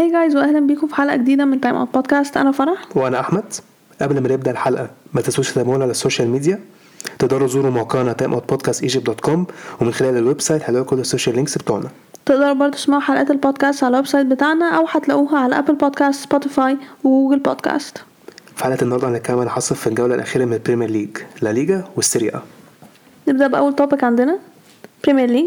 هاي جايز واهلا بيكم في حلقه جديده من تايم اوت بودكاست. انا فرح وانا احمد. قبل ما نبدا الحلقه ما تنسوش تتابعونا على السوشيال ميديا. تقدروا تزوروا موقعنا timeoutpodcastegypt.com ومن خلال الويب سايت هتلاقوا كل السوشيال لينكس بتوعنا. تقدروا برضه تسمعوا حلقات البودكاست على الويب سايت بتاعنا او هتلاقوها على ابل بودكاست سبوتيفاي وجوجل بودكاست. في حلقه النهارده هنتكلم عن حصل في الجوله الاخيره من البريمير ليج، لا ليجا والسيريا. نبدا باول توبيك عندنا بريمير ليج.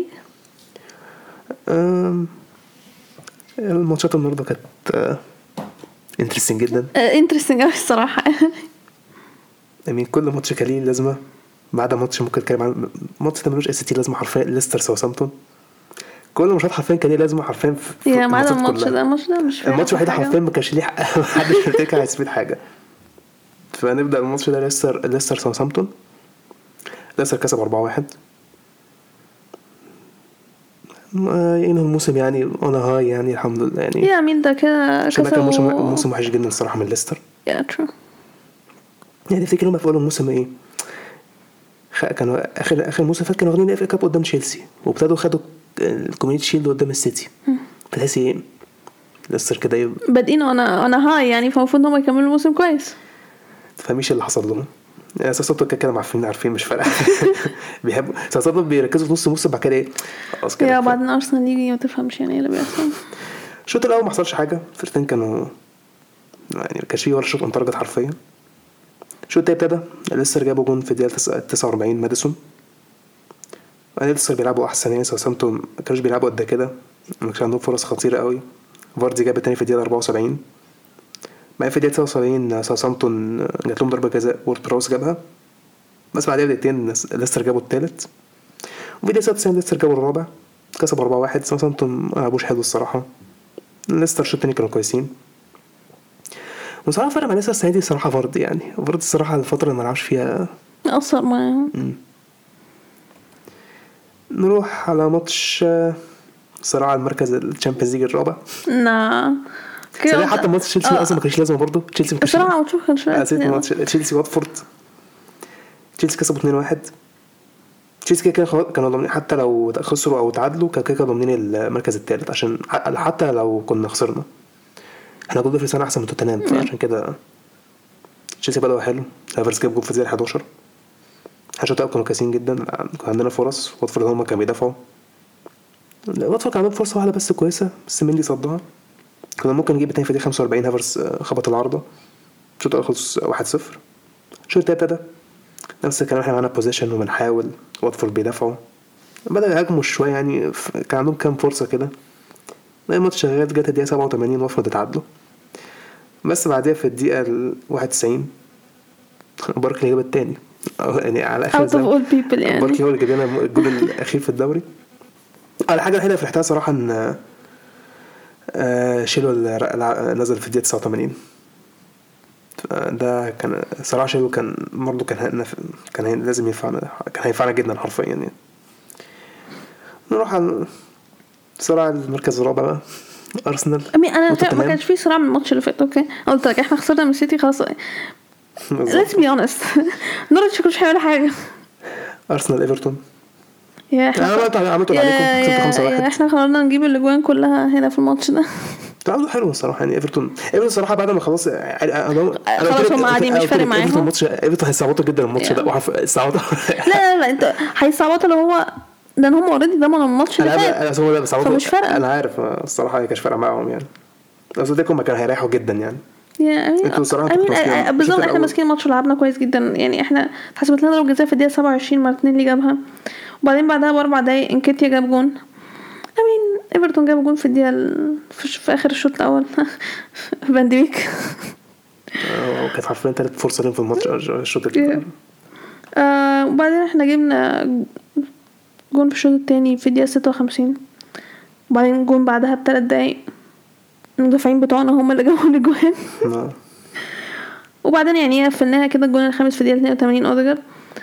الماتشات النهارده كانت انترستنج جدا. انترستنج قوي الصراحه. يعني كل ماتش كان ليه لازمه. بعد ماتش ممكن نتكلم عن ماتش ده ملوش اساسي لازمه حرفيا، ليستر ساوثهامبتون. كل الماتشات حرفيا كان ليه لازمه حرفيا يا ما هذا الماتش ده مش فاهم. الماتش الوحيد حرفيا ما كانش ليه محدش يفتكر هيثبت حاجه. فنبدا الماتش ده ليستر ساوثهامبتون. ليستر كسب 4-1. يعني الموسم يعني انا هاي يعني الحمد لله يعني. يا مين ده كده كان موسم وحش جدا الصراحه من ليستر. يا ترو. يعني تفتكر لما في اول الموسم ايه كانوا اخر موسم فات كانوا واخدين اف كاب قدام تشيلسي وابتدوا خدوا الكوميونتي شيلد قدام السيتي. فتحسي ايه ليستر كده بادئين انا هاي يعني فالمفروض انهم يكملوا الموسم كويس. تفهميش اللي حصل لهم. اساسا كده عارفين مش فارقه. بيحبوا اساسا بيركزوا في نص الموسم بعد كده ايه خلاص كده. يا بعدين ارسنال يجي ما تفهمش يعني ايه اللي بيحصل. الشوط الاول ما حصلش حاجه، فرقتين كانوا يعني ما كانش فيه ولا شوط انطرجت حرفيا. الشوط الثاني ابتدى لسه جابوا جون في الدقيقه 49 ماديسون. يعني لسه بيلعبوا احسن، يعني ساوثهامبتون ما كانوش بيلعبوا قد كده، ما كانش عندهم فرص خطيره قوي. فاردي جاب الثاني في الدقيقه 74. بعدين في الدقيقه 79 ساوثهامبتون جات لهم ضربه جزاء وورد براوس جابها. بس بعدها بدقيقتين ليستر جابوا الثالث، وفي الدقيقه 96 ليستر جابوا الرابع كسب 4-1. ساوثهامبتون ما لعبوش حلو الصراحه. ليستر الشوط الثاني كانوا كويسين. وصراحه فرق مع ليستر السنه دي الصراحه فاردي، يعني فاردي الصراحه الفتره اللي ما لعبش فيها اثر معاهم. نروح على ماتش صراع المركز الشامبيونز ليج الرابع. كده حتى ماتش تشيلسي اصلا ما كانش لازم برضه. تشيلسي بصراحه ما تشوفش ماتش تشيلسي واتفورد. تشيلسي كسبوا 2-1. تشيلسي كده كانوا ضامنين حتى لو خسروا او تعادلوا كده ضامنين المركز الثالث، عشان حتى لو كنا خسرنا احنا كنا في سنه احسن من توتنهام. فعشان كده تشيلسي بدأوا حلو. هافرز جاب جول في الدقيقه 11. الشوط الاول كانوا كاسين جدا، كان عندنا فرص. واتفورد هم كانوا بيدافعوا. واتفورد كان عندهم فرصه واحده بس كويسه، بس مندي صدها. كنا ممكن نجيب الثاني في الدقيقه 45. هافرز خبط العارضه. الشوط الاول خلص 1-0. الشوط الثاني ابتدى نفس الكلام، احنا معانا بوزيشن وبنحاول. واتفورد بيدافعوا، بدأوا يهاجموا شويه، يعني كان عندهم كام فرصه كده. الماتش شغال، جت الدقيقه 87 واتفورد اتعادلوا. بس بعدها في الدقيقه 91 باركلي جاب الثاني، يعني على اخر زمن يعني باركلي هو اللي جاب لنا الجول الاخير في الدوري. على حاجه الحلوه فرحتها صراحه ان شيلو نزل في الدقيقه 89. ده كان صراحه شيلو كان برضه كان لازم ينفعنا، كان هينفعنا جدا حرفيا يعني. نروح على صراع المركز الرابع بقى، ارسنال. انا ما كانش في صراع من الماتش اللي فات. اوكي قلت لك احنا خسرنا من السيتي خلاص. let's be honest. نورتش كلش حاجه ولا حاجه. ارسنال ايفرتون. يا احنا عملتوا عليكم 5-1. احنا قررنا نجيب الاجوان كلها هنا في الماتش ده. تعادل حلو الصراحه يعني. ايفرتون الصراحه بعد ما خلاص خلاص هم قاعدين مش فارق معاهم. الماتش ايفرتون هيصعبوا جدا الماتش ده وصعبوا. لا انت هيصعبوا اللي هو ده هم اوريدي ضمنوا الماتش اللي فات. مش فارقه. انا عارف الصراحه هي كانش فارقه معاهم يعني. بس ديكم كانوا هيريحوا جدا يعني. انتوا صراحه بالظبط احنا ماسكين الماتش ولعبنا كويس جدا يعني. احنا حسبت لنا ضربه جزاء في الدقيقه 27 مارتينيلي اللي جابها، وبعدين بعدها ب4 دقايق انكيتيا جاب جون. ايفرتون جاب جون في الدقيقه في اخر الشوط الاول. فان ديك كانت حرفيا 3 فرص في الماتش الشوط الاول. وبعدين احنا جبنا جون في الشوط الثاني في الدقيقه 56، وبعدين جون بعدها ب3 دقايق. المدافعين بتوعنا هم اللي جابوا الجوان. وبعدين يعني قفلناها كده الجون الخامس في الدقيقه 82 اوديجارد.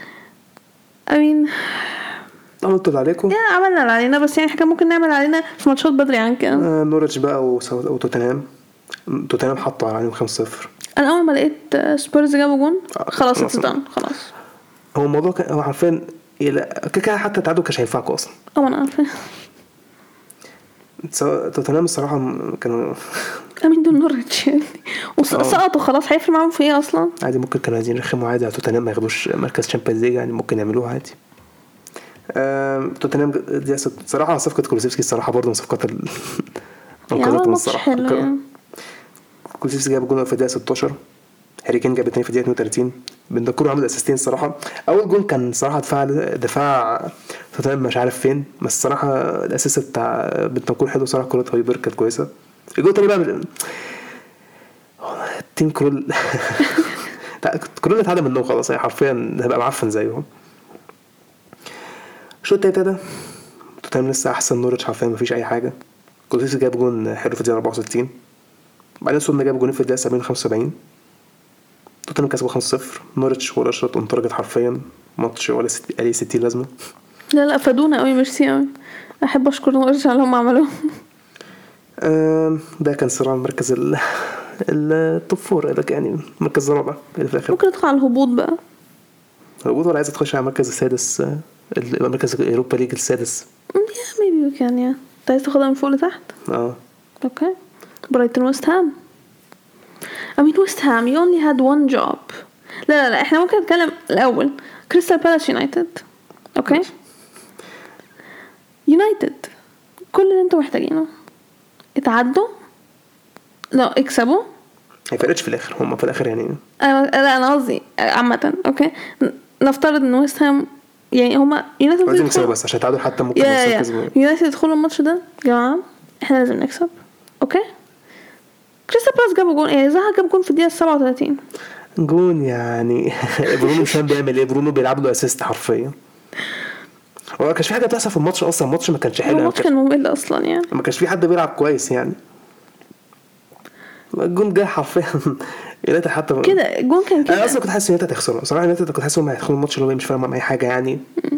عملتوا اللي عليكم. عملنا اللي علينا، بس يعني احنا ممكن نعمل علينا في ماتشات بدري عن كده. نورتش بقى وتوتنهام حطوا عليهم 5-0. انا اول ما لقيت سبيرز جابوا جون خلاص اتسدان خلاص. هو الموضوع كان هو حرفيا كده حتى التعادل كانش هينفعكم اصلا. انا عارفه توتنهام الصراحه كانوا امين دول نورتش يعني وسقطوا خلاص، هيفرق معاهم في ايه اصلا؟ عادي ممكن كانوا عايزين يرخموا عادي على توتنهام ما ياخدوش مركز تشامبيونز ليج، يعني ممكن يعملوها عادي. توتنهام دي صراحه صفقه كولوسيفسكي الصراحه برضه من صفقات انقذتهم الصراحه. كولوسيفسكي جاب جول في الدقيقه 16، هاري كين جاب 2 في الدقيقه 32، بندكور عمل اسيستين الصراحه. اول جول كان صراحه دفاع توتنهام مش عارف فين، بس الصراحه الاسيست بتاع بندكور حلو صراحه، كره هايبر كانت كويسه. الجول الثاني بقى تيم كرول كرول اتعدى منه خلاص، يعني حرفيا هيبقى معفن زيهم. شو التالتة ده توتنهام لسه احسن، نورتش حرفيا مفيش اي حاجه. كولوسيفسكي جاب جون حلو في الدقيقه 64، بعدين سون جاب جون في الدقيقه 70 75. توتنهام كسبوا 5-0. نورتش ولا شوط اون تارجت حرفيا، ماتش ولا عليه 60 لازمه. لا فادونا قوي، ميرسي قوي، احب اشكر نورتش على اللي هم عملوه. ده كان صراع المركز التوب فور ده، يعني المركز الرابع اللي في الاخر. ممكن ندخل على الهبوط بقى. الهبوط ولا عايز تخش على المركز السادس، المركز الاوروبا ليج السادس؟ ميبي كان انت عايز تاخدها من فوق لتحت. اوكي. برايتون ويست هام. ويست هام you only had one job. لا احنا ممكن نتكلم الاول كريستال بالاس يونايتد. اوكي. يونايتد كل اللي انتوا محتاجينه اتعدوا، لا اكسبوا. هي فرقتش في الاخر، هم في الاخر يعني. لا انا قصدي عامه. اوكي نفترض ان ويست هام يعني هما يونايتد لازم يكسبوا بس عشان يتعادلوا، حتى ممكن يكسبوا. يونايتد يدخلوا الماتش ده يا جماعه احنا لازم نكسب. اوكي. كريستال بالاس جابوا جون، يعني زها جاب جون في الدقيقه 37 جون يعني برونو مش بيعمل ايه، برونو بيلعب له اسيست حرفيا. هو كانش في حاجه بتحصل في الماتش اصلا، الماتش ما كانش حلو، الماتش كان ممل اصلا، يعني ما كانش في حد بيلعب كويس يعني. الجون جه حرفيا يونايتد حتى كده الجون كان كده. انا اصلا كنت حاسس ان يونايتد هتخسر صراحه، يونايتد كنت حاسس انهم هيدخلوا الماتش اللي هو مش فاهم اي حاجه يعني.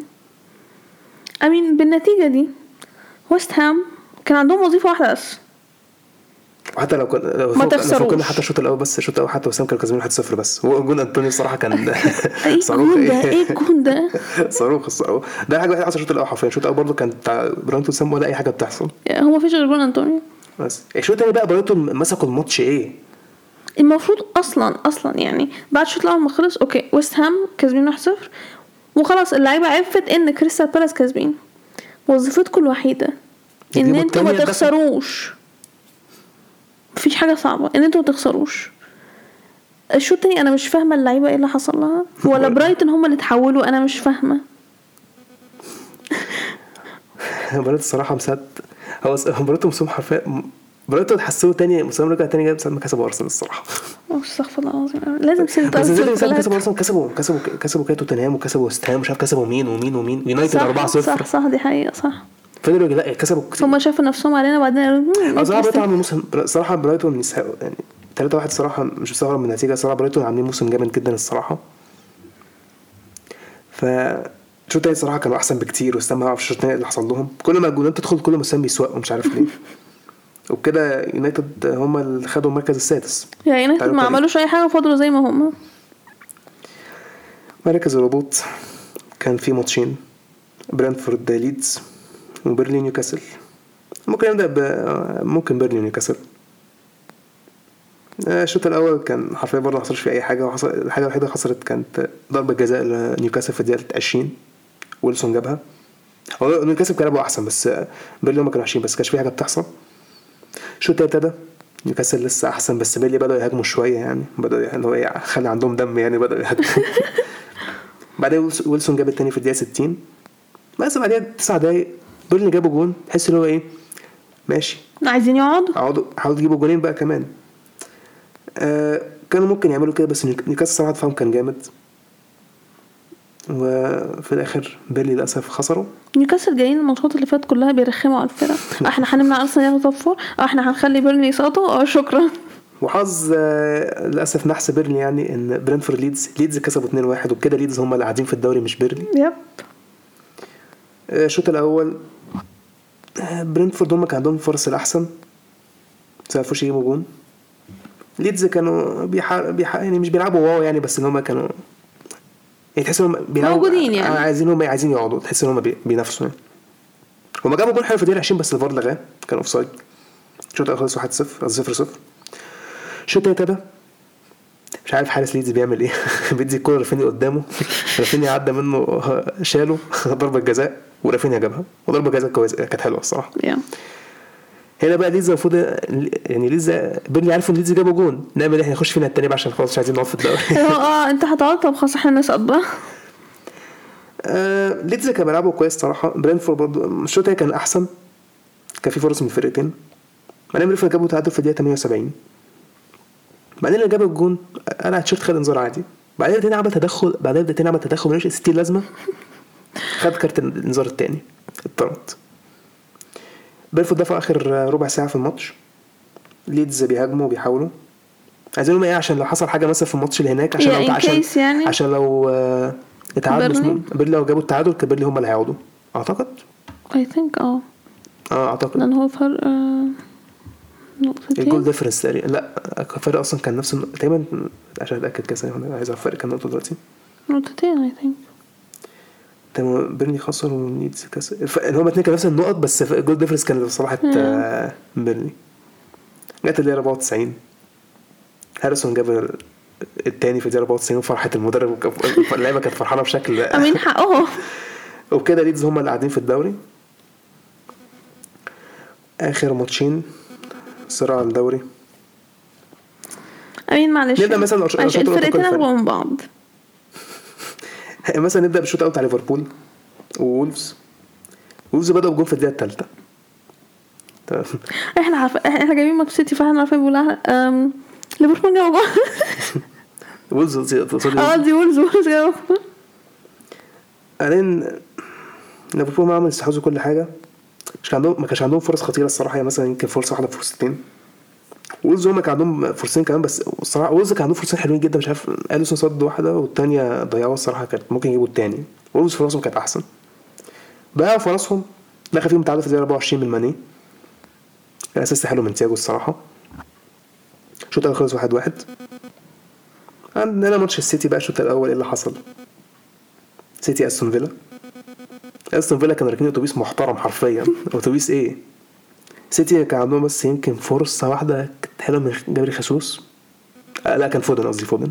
بالنتيجه دي ويست هام كان عندهم وظيفه واحده بس، وحتى لو ما تخسروش. حتى الشوط الاول بس، الشوط الاول حتى وسام كانوا كسبانين 1-0 بس. هو جون انطونيو الصراحه كان صاروخ. ايه الجون ده صاروخ ده حاجه واحده حصلت الشوط الاول حرفيا. الشوط الاول برضه كان بتاع برايتون وسام ولا اي حاجه بتحصل، هو ما فيش غير جون انطونيو بس. الشوط الثاني بقى برايتون مسكوا الماتش ايه المفروض اصلا يعني بعد الشوط الاول ما خلص. اوكي ويست هام كسبين 1-0 وخلاص، اللعيبه عرفت ان كريستال بالاس كسبين. وظيفتكم الوحيده ان انتوا ما تخسروش، مفيش حاجه صعبه ان انتوا ما تخسروش. الشوط الثاني انا مش فاهمه اللعيبه ايه اللي حصل لها، ولا برايتون هم اللي اتحولوا، انا مش فاهمه. برايتون الصراحه مسد، هو برايتون مسوم حرفيا. برايتون حسوا تاني، مسوم رجع تاني جاب ساعه ما كسبوا ارسنال الصراحه. استغفر الله العظيم، لازم سنت ارسنال. كسبوا توتنهام وكسبوا ويست هام، مش عارف كسبوا مين يونايتد 4-0. صح دي حقيقه صح. فضلوا لا كسبوا، هم شافوا نفسهم علينا بعدين قالوا برايتون عاملين موسم صراحه. برايتون يسحقوا يعني 3-1 صراحه، مش مستغرب من النتيجه صراحه. برايتون عاملين موسم جامد جدا الصراحه. شو تاني صراحه كانوا احسن بكتير، واستمع في الشوط الثاني اللي حصل لهم. كل ما الجولات تدخل كل ما سام بيسوق ومش عارف ليه وبكده يونايتد هم اللي خدوا المركز السادس. يعني يونايتد ما عملوش اي حاجه، فضلوا زي ما هم. مركز الهبوط كان في ماتشين، برنتفورد ليدز وبرلين نيوكاسل. ممكن نبدا ممكن برلين نيوكاسل. الشوط الاول كان حرفيا برضه ما حصلش فيه اي حاجه، وحصل الحاجه الوحيده اللي حصلت كانت ضربه جزاء لنيوكاسل في الدقيقه 20 ويلسون جابها. هو نيوكاسل كان احسن بس برلين ما كانوا وحشين، بس كانش في حاجه بتحصل. الشوط الثالث ده نيوكاسل لسه احسن، بس برلين بداوا يهاجموا شويه، يعني بداوا يعني هو خلي عندهم دم، يعني بداوا يهاجموا. بعدين ويلسون جاب الثاني في الدقيقه 60، بس بعدها 9 دقايق برلين جابوا جون. تحس ان هو ايه ماشي عايزين يقعدوا حاولوا يجيبوا جولين بقى كمان. كانوا ممكن يعملوا كده، بس نيوكاسل صراحه فهم كان جامد، وفي الاخر بيرلي للاسف خسروا. نيوكاسل جايين الماتشات اللي فاتت كلها بيرخموا على الفرق. احنا هنمنع ارسنال ياخد توب فور، احنا هنخلي بيرلي يسقطوا، شكرا. وحظ للاسف نحس بيرلي، يعني ان برنتفورد ليدز كسبوا 2-1، وبكده ليدز هم اللي قاعدين في الدوري مش بيرلي. يب. الشوط الاول برنتفورد هم كان عندهم فرص الاحسن، سافوش يجيبوا جون. ليدز كانوا يعني مش بيلعبوا واو يعني، بس ان هم كانوا تحس انهم بيلعبوا موجودين، يعني عايزين يقعدوا، تحس انهم بينافسوا يعني. هما جابوا جول حلو في الدقيقه 20 بس الفار لغاه، كان اوفسايد. الشوط الاول خلص 1-0 0-0. الشوط الثاني مش عارف حارس ليدز بيعمل ايه. بيدي الكوره رافينيا قدامه، رافينيا عدى منه شاله ضربه جزاء ورافينيا جابها، وضربه جزاء كويسه كانت حلوه الصراحه. هنا بقى ليدز المفروض يعني ليدز بيرلي عارف ان ليدز جابوا جون، نعمل احنا نخش فينا التاني عشان خلاص مش عايزين نقف في الدوري. انت هتقعد. طب خلاص احنا نسقط بقى. ليدز كان بيلعبوا كويس صراحه. برينفورد برضه الشوط كان احسن، كان في فرص من الفرقتين. بعدين برينفورد جابوا تعادل في الدقيقه 78. بعدين اللي جاب الجون انا تيشيرت خد انذار عادي. بعدين التاني عمل تدخل ملوش 60 لازمه، خد كارت الانذار الثاني اتطرد. برينفورد دفع اخر ربع ساعه في الماتش. ليدز بيهاجموا وبيحاولوا عايزينهم ايه عشان لو حصل حاجه مثلا في الماتش اللي هناك، عشان لو يعني. عشان لو اتعادلوا بيرلي لو جابوا التعادل كان بيرلي هم اللي هيعودوا اعتقد. I think اعتقد لان هو فرق نقطتين. الجول ديفرنس تقريبا. لا الفرق اصلا كان نفس تقريبا، عشان اتاكد كده انا عايز اعرف الفرق كان نقطه دلوقتي. نقطتين I think. تمام. بيرلي خسر وليدز كسب. هما الاثنين كانوا نفس النقط بس الجول ديفرنس كان لصالح بيرلي. جت اللي 94 هاريسون جاب الثاني في 94 وفرحه المدرب اللعيبه كانت فرحانه بشكل امين حقه. وبكده ليدز هم اللي قاعدين في الدوري. اخر ماتشين صراع الدوري. امين معلش نبدا مثلا الفرقتين اقوى من بعض. مثلا نبدا بالشوط الاول بتاع ليفربول وولفز بدأوا بجون في الدقيقه الثالثه. احنا جايبين ماتش سيتي فاحنا عارفين بنقول ليفربول جابوا جون. وولفز دي وولفز جابوا. بعدين ليفربول ما عمل استحواذ كل حاجه، ما كانش عندهم فرص خطيره الصراحه. يعني مثلا يمكن فرصه واحده فرصتين. وولفز هم كان عندهم فرصتين كمان بس الصراحه وولفز كان عندهم فرصتين حلوين جدا. مش عارف اليسون صد واحده والثانيه ضيعوها الصراحه، كانت ممكن يجيبوا الثاني. وولفز فرصهم كانت احسن، ضيعوا فرصهم. دخل فيهم تعادل في الدقيقه 24 من ماني، كان اساس حلو من تياجو الصراحه. الشوط الاول خلص 1-1. عندنا ماتش السيتي بقى. الشوط الاول ايه اللي حصل؟ سيتي استون فيلا كانوا راكبين اتوبيس محترم حرفيا. اتوبيس ايه؟ سيتي كان عندهم بس يمكن فرصه واحده كانت حلوه من جابري خيسوس. لا كان فودن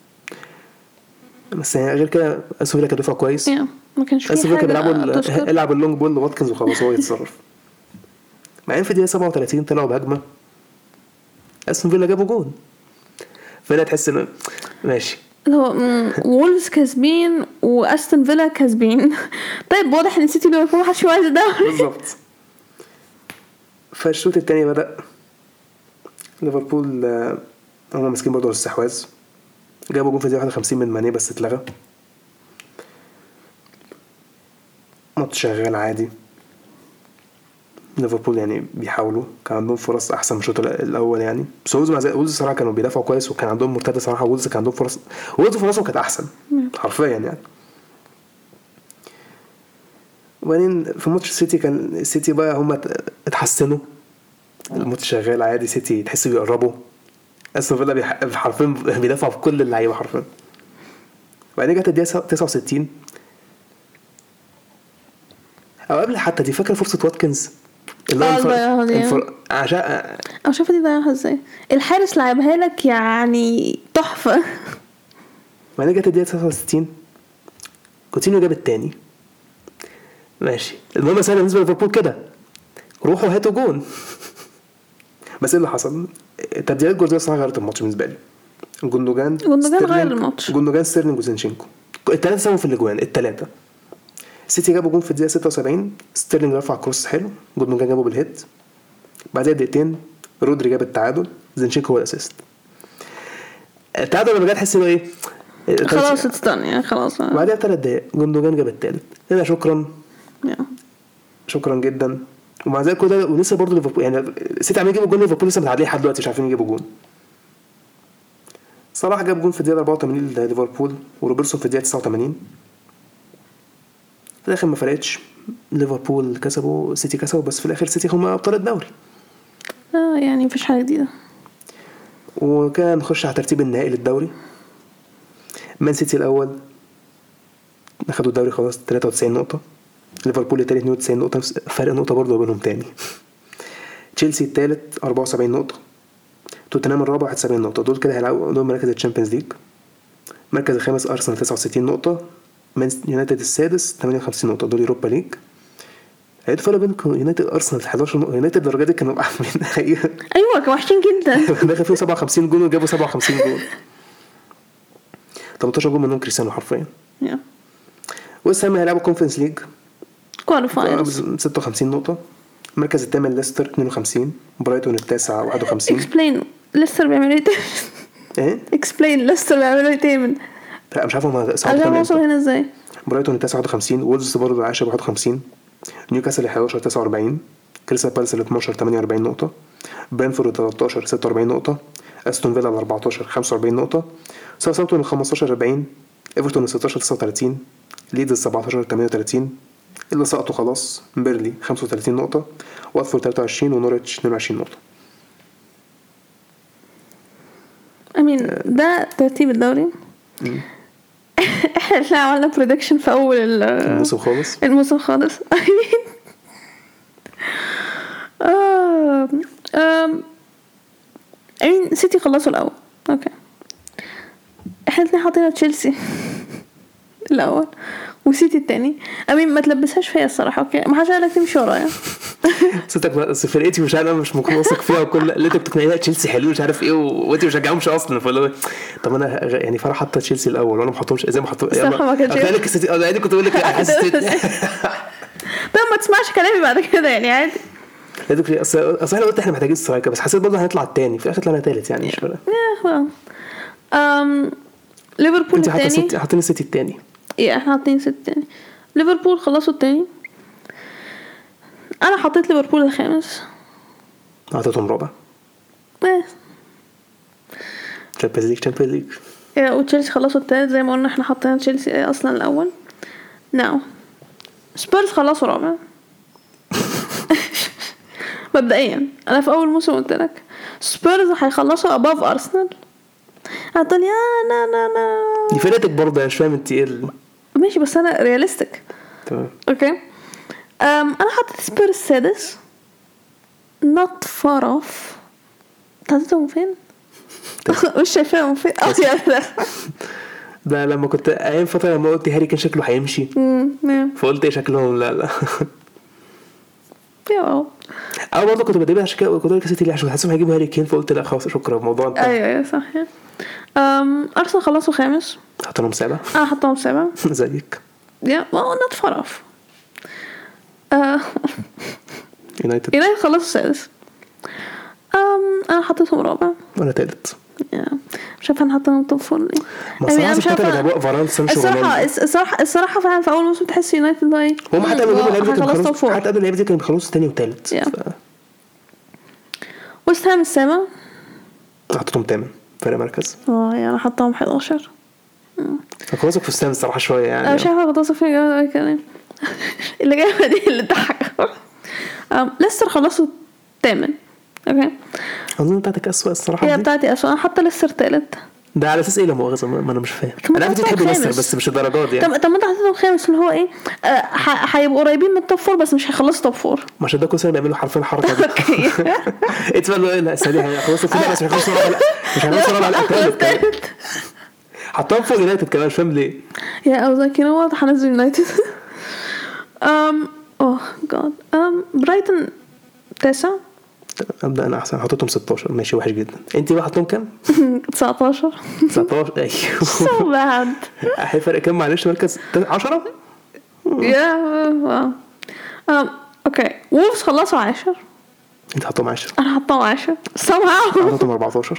بس يعني غير كده استون فيلا كان دفاع كويس. ما كانش فيه حاجه. بيلعبوا اللونج بول واتكنز وخلاص هو يتصرف. بعدين في الدقيقه 37 طلعوا بهجمه استون فيلا جابوا جون. فلا تحس انه ماشي هو وولفز كسبين واستون فيلا كسبين. طيب واضح ان سيتي ليفربول ما حدش عايز ده بالظبط. فالشوط الثاني بدا ليفربول هم ماسكين برضه الاستحواذ. جابوا جون في الدقيقه 51 من ماني بس اتلغى. ماتش شغال عادي. ليفربول يعني بيحاولوا، كان عندهم فرص احسن من الشوط الاول يعني. بس وولز صراحه كانوا بيدافعوا كويس وكان عندهم مرتده صراحه. وولز كان عندهم فرص، فرصهم كانت احسن حرفيا يعني. وبعدين في ماتش السيتي كان السيتي بقى هم اتحسنوا. الماتش شغال عادي. سيتي تحس بيقربوا. استون فيلا حرفيا بيدافعوا بكل اللعيبه حرفيا. وبعدين جت الدقيقه 69 او قبل حتى دي، فاكره فرصه واتكنز عشان شوف دي ضيعها ازاي. الحارس لعبها لك يعني تحفه. وبعدين جت الدقيقه 69 كوتينيو جاب الثاني. ماشي المهم سهل بالنسبه لليفربول كده، روحوا هاتوا جون. بس ايه اللي حصل؟ تبديلات جورديولا صراحه غيرت الماتش بالنسبه لي. جوندوجان غير الماتش. جوندوجان ستيرلينج وزينشينكو الثلاثه ساهموا في الاجوان الثلاثه. سيتي جابوا جون في الدقيقه 76. ستيرلينج رفع كروس حلو، جوندوجان جابه بالهيد. بعدها دقيقتين رودري جاب التعادل، زينشينكو هو الاسيست. التعادل لما جه تحس انه ايه خلاص استنى يعني خلاص. بعدها 3 دقايق جوندوجان جاب الثالث. هنا شكرا جدا. ومع ذلك كده ولسه برضه ليفربول يعني سيتي عم يجيبوا جون، ليفربول لسه متعادلين لحد دلوقتي مش عارفين يجيبوا جون. صلاح جاب جون في الدقيقه 84 لليفربول، وروبرتسون في الدقيقه 89. في الاخر ما فرقتش، ليفربول كسبوا سيتي كسبوا، بس في الاخر سيتي هم ابطال الدوري. يعني مفيش حاجه جديده. وكان نخش على ترتيب النهائي للدوري. مان سيتي الاول اخدوا الدوري خلاص 93 نقطه. ليفربول الثالث 92 نقطه، فرق نقطه برضه بينهم تاني. تشيلسي الثالث 74 نقطه، توتنهام الرابع 71 نقطه. دول كده هيلعبوا دول مراكز الشامبيونز ليج. المركز الخامس ارسنال 69 نقطه، مان يونايتد السادس 58 نقطه، دول يوروبا ليج. هي الفرق بين يونايتد ارسنال 11 نقطه. يونايتد الدرجه دي كانوا عاملين ايوه كانوا وحشين جدا. دخل فيهم 57 جول وجابوا 57 جول، 18 جول منهم كريستيانو حرفيا. ويست هام هيلعبوا كونفرنس ليج كواليفايرز 56 نقطه. المركز الثامن ليستر 52، برايتون التاسع 51. اكسبلين ليستر بيعملوا ايه؟ اكسبلين ليستر بيعملوا ايه تامن؟ لا مش عارف هم صعدوا هنا ازاي. برايتون التاسع 51، وولفز برضه العاشر 51، نيوكاسل 11 49، كريستال بالاس 12 48 نقطه، برينفورد 13 46 نقطه، استون فيلا 14 45 نقطه، ساوثهامبتون 15 40، ايفرتون 16 39، ليدز 17 38. اللي سقطوا خلاص بيرلي 35 نقطه، واتفورد 23 ونوريتش 22 نقطه. امين ده ترتيب الدوري. احنا عملنا بريدكشن في اول الموسم خالص. امين سيتي خلصوا الاول. اوكي احنا الاثنين حاطين تشيلسي الاول وسيتي الثاني. امين ما تلبسهاش فيا الصراحه. اوكي ما حاجه لك تمشي ورايا. صدق فرقتي مش انا مش ممكن واثق فيها وكل اللي انت بتقنعيها تشيلسي حلو مش عارف ايه وانت مش شجعهمش اصلا. فلو طب انا يعني فرح حاطه تشيلسي الاول وانا ما حطهمش زي ما حطوا لك السيتي. انا عادي كنت اقول لك حسيت طب ما تسمعش كلامي بعد كده يعني عادي. اصل انا قلت احنا محتاجين سترايكر بس حسيت برضه هنطلع الثاني في الاخر طلعنا ثالث يعني مش فارق. ليفربول الثاني. انت حاطين السيتي الثاني. ايه احنا حاطين السيتي الثاني. ليفربول خلصوا الثاني. انا حطيت ليفربول الخامس. حطيتهم رابع. تشامبيونز ليج. وتشيلسي خلصوا الثالث زي ما قلنا. احنا حطينا تشيلسي اصلا الاول. سبيرز خلصوا رابع. مبدئيا انا في اول موسم قلت لك سبيرز هيخلصوا اباف ارسنال. هتقول يا نا دي فرقتك برضه مش فاهم انت ايه ماشي بس انا رياليستيك. تمام اوكي. انا حطيت سبيرز السادس not far off. حطيتهم فين؟ مش شايفاهم فين. ده لما كنت ايام فتره لما قلت هاري كان شكله هيمشي فقلت ايه شكلهم لا انا برضه كنت بديبها عشان كده كنت كاسيتي ليه عشان حاسسهم هيجيبوا هاري كين فقلت لا خلاص شكرا الموضوع انتهى. ايوه صح. ارسنال خلصوا خامس. حطيناهم سابع. حطيتهم سابع زيك. not far off. يونايتد خلصوا سادس. انا حطيتهم رابع. وانا ثالث. مش عارفه نحطهم توب فور ليه. انا مش عارفه الصراحه فعلا في اول موسم تحس يونايتد ضايع. هم حتى قبل اللعبه دي كانوا بيخلصوا ثاني وثالث. وست هام السابع. حطيتهم ثامن فرق مركز. يعني حطهم 11. خلاص في السام الصراحه شويه يعني. انا شايفه غطاسه في كلام اللي جايه دي اللي ضحك. ليستر خلصوا الثامن. اوكي اظن بتاعتك اسوء الصراحه. هي بتاعتي اسوء. انا حاطه ليستر ثالث. ده على اساس ايه لا مؤاخذه ما انا مش فاهم. انا عارف تحب ليستر بس مش الدرجات يعني. طب ما انت حطيتهم خامس اللي هو ايه هيبقوا قريبين من التوب فور بس مش هيخلصوا توب فور. عشان ده كل سنه بيعملوا حرفيا الحركه دي. اتفضلوا لا سريع هيخلصوا كده بس مش هيخلصوا على الثالث. حطهم فوق يونايتد كمان مش فاهم ليه. يا اوزاك يو نو هنزل يونايتد. جاد برايتون 9. ابدا انا احسن حطيتهم 16 ماشي وحش جدا. انت بقى حطيتهم كام؟ 19. ايوه سو باد. احي فرق كام معلش مركز 10. يا اوكي وولفز خلصوا 10. انت حطهم 10. انا حطهم 10 somehow. حطهم 14.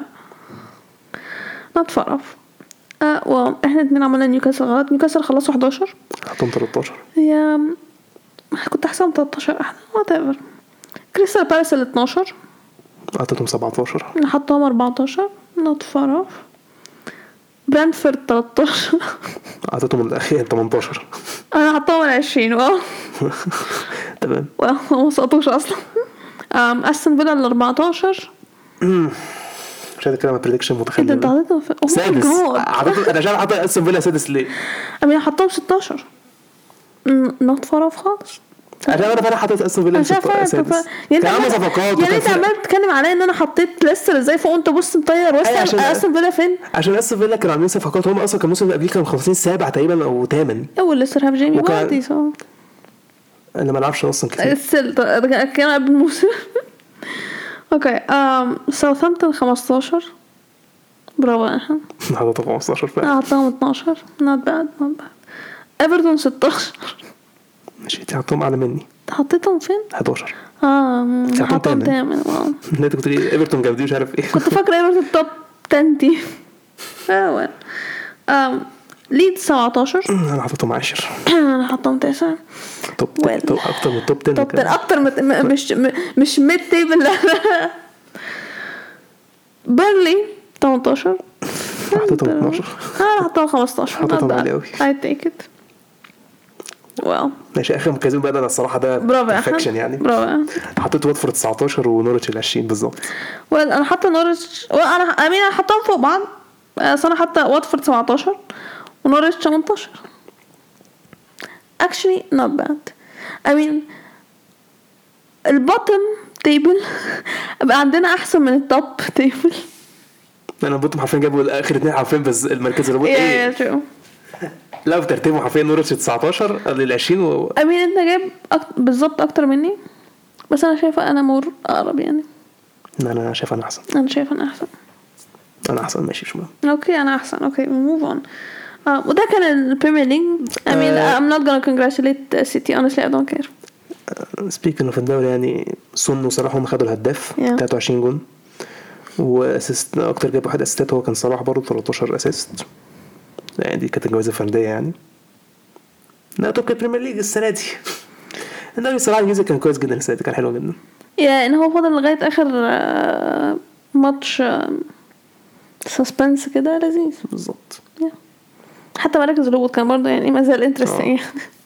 not far off. احنا اتنين عملنا نيوكاسل غلط. نيوكاسل خلصوا 11. حطهم 13. كنت احسن 13 احنا whatever. كريستال بالاس 12. حطيتهم 17. نحطهم 14 not far off. برانفورد 13. حطيتهم الاخير 18. انا حطهم 20. تمام ما سقطوش اصلا. استون فيلا 14. مش هذا كلام بريدكشن متخلف. انت حطيتهم سادس. انا مش عارف حاطط استون فيلا سادس ليه. انا حطهم 16 not far off خالص. انا فعلا حطيت استون فيلا يعني انت صفقات يعني انت عمال تتكلم عليا ان انا حطيت ليستر ازاي فوق وانت بص مطير وسط استون فيلا فين عشان استون فيلا كانوا عاملين صفقات هم اصلا كان الموسم اللي قبليه كانوا مخلصين سابع تقريبا او ثامن اول ليستر هاب جيمي واردي انا ما العبش اصلا كتير كان قبل الموسم اوكي ساوثهامبتون 15 برافو احنا حطيتهم 15 فعلا حطيتهم 12 not bad ايفرتون 16 ماشي انت حطيتهم اعلى مني حطيتهم فين 11 حطيتهم تامن انت كنت لي ايفرتون جاب دي مش عارف ايه كنت فاكره ايفرتون توب 10 تيم ليد 17 انا حطيتهم 10 انا حطيتهم 9 توب اكتر من توب 10 توب 10 اكتر مش ميد تيبل بيرلي 18 حطيتهم 12 انا حطيتهم 15 حطيتهم عالي قوي I take it واو ماشي اخر مركزين بقى انا الصراحه ده بيرفكشن يعني برافو حطيت واتفورد 19 ونورwich 20 بالظبط انا حاطه نورwich انا حطهم فوق بعض انا حاطه واتفورد 17 ونورwich 18 actually not bad I mean البوتم تيبل بقى عندنا احسن من التوب تيبل انا البوتم حرفيا جابوا اخر اثنين حرفيا بس المركز اللي ايه لا في ترتيبه حرفيا نورwich 19 لل 20 امين انت جايب بالظبط اكتر مني بس انا شايفه انا مور اقرب يعني انا شايف انا احسن انا احسن ماشي مش مهم اوكي انا احسن اوكي موف اون وده كان البريمير ليج I mean I'm not gonna congratulate City honestly I don't care speaking of الدوري يعني سون وصلاح هم خدوا الهداف 23 جون واسيست اكتر جاب واحد اسيستات هو كان صلاح برضه 13 اسيست يعني دي كانت جوائز فرديه يعني لا توب البريمير ليج السنه دي الدوري صراحه الانجليزي كان كويس جدا السنه دي كان حلو جدا ان هو فضل لغايه اخر ماتش سسبنس كده لذيذ بالظبط حتى مراكز الهبوط كان برضه يعني ما زال انترستنج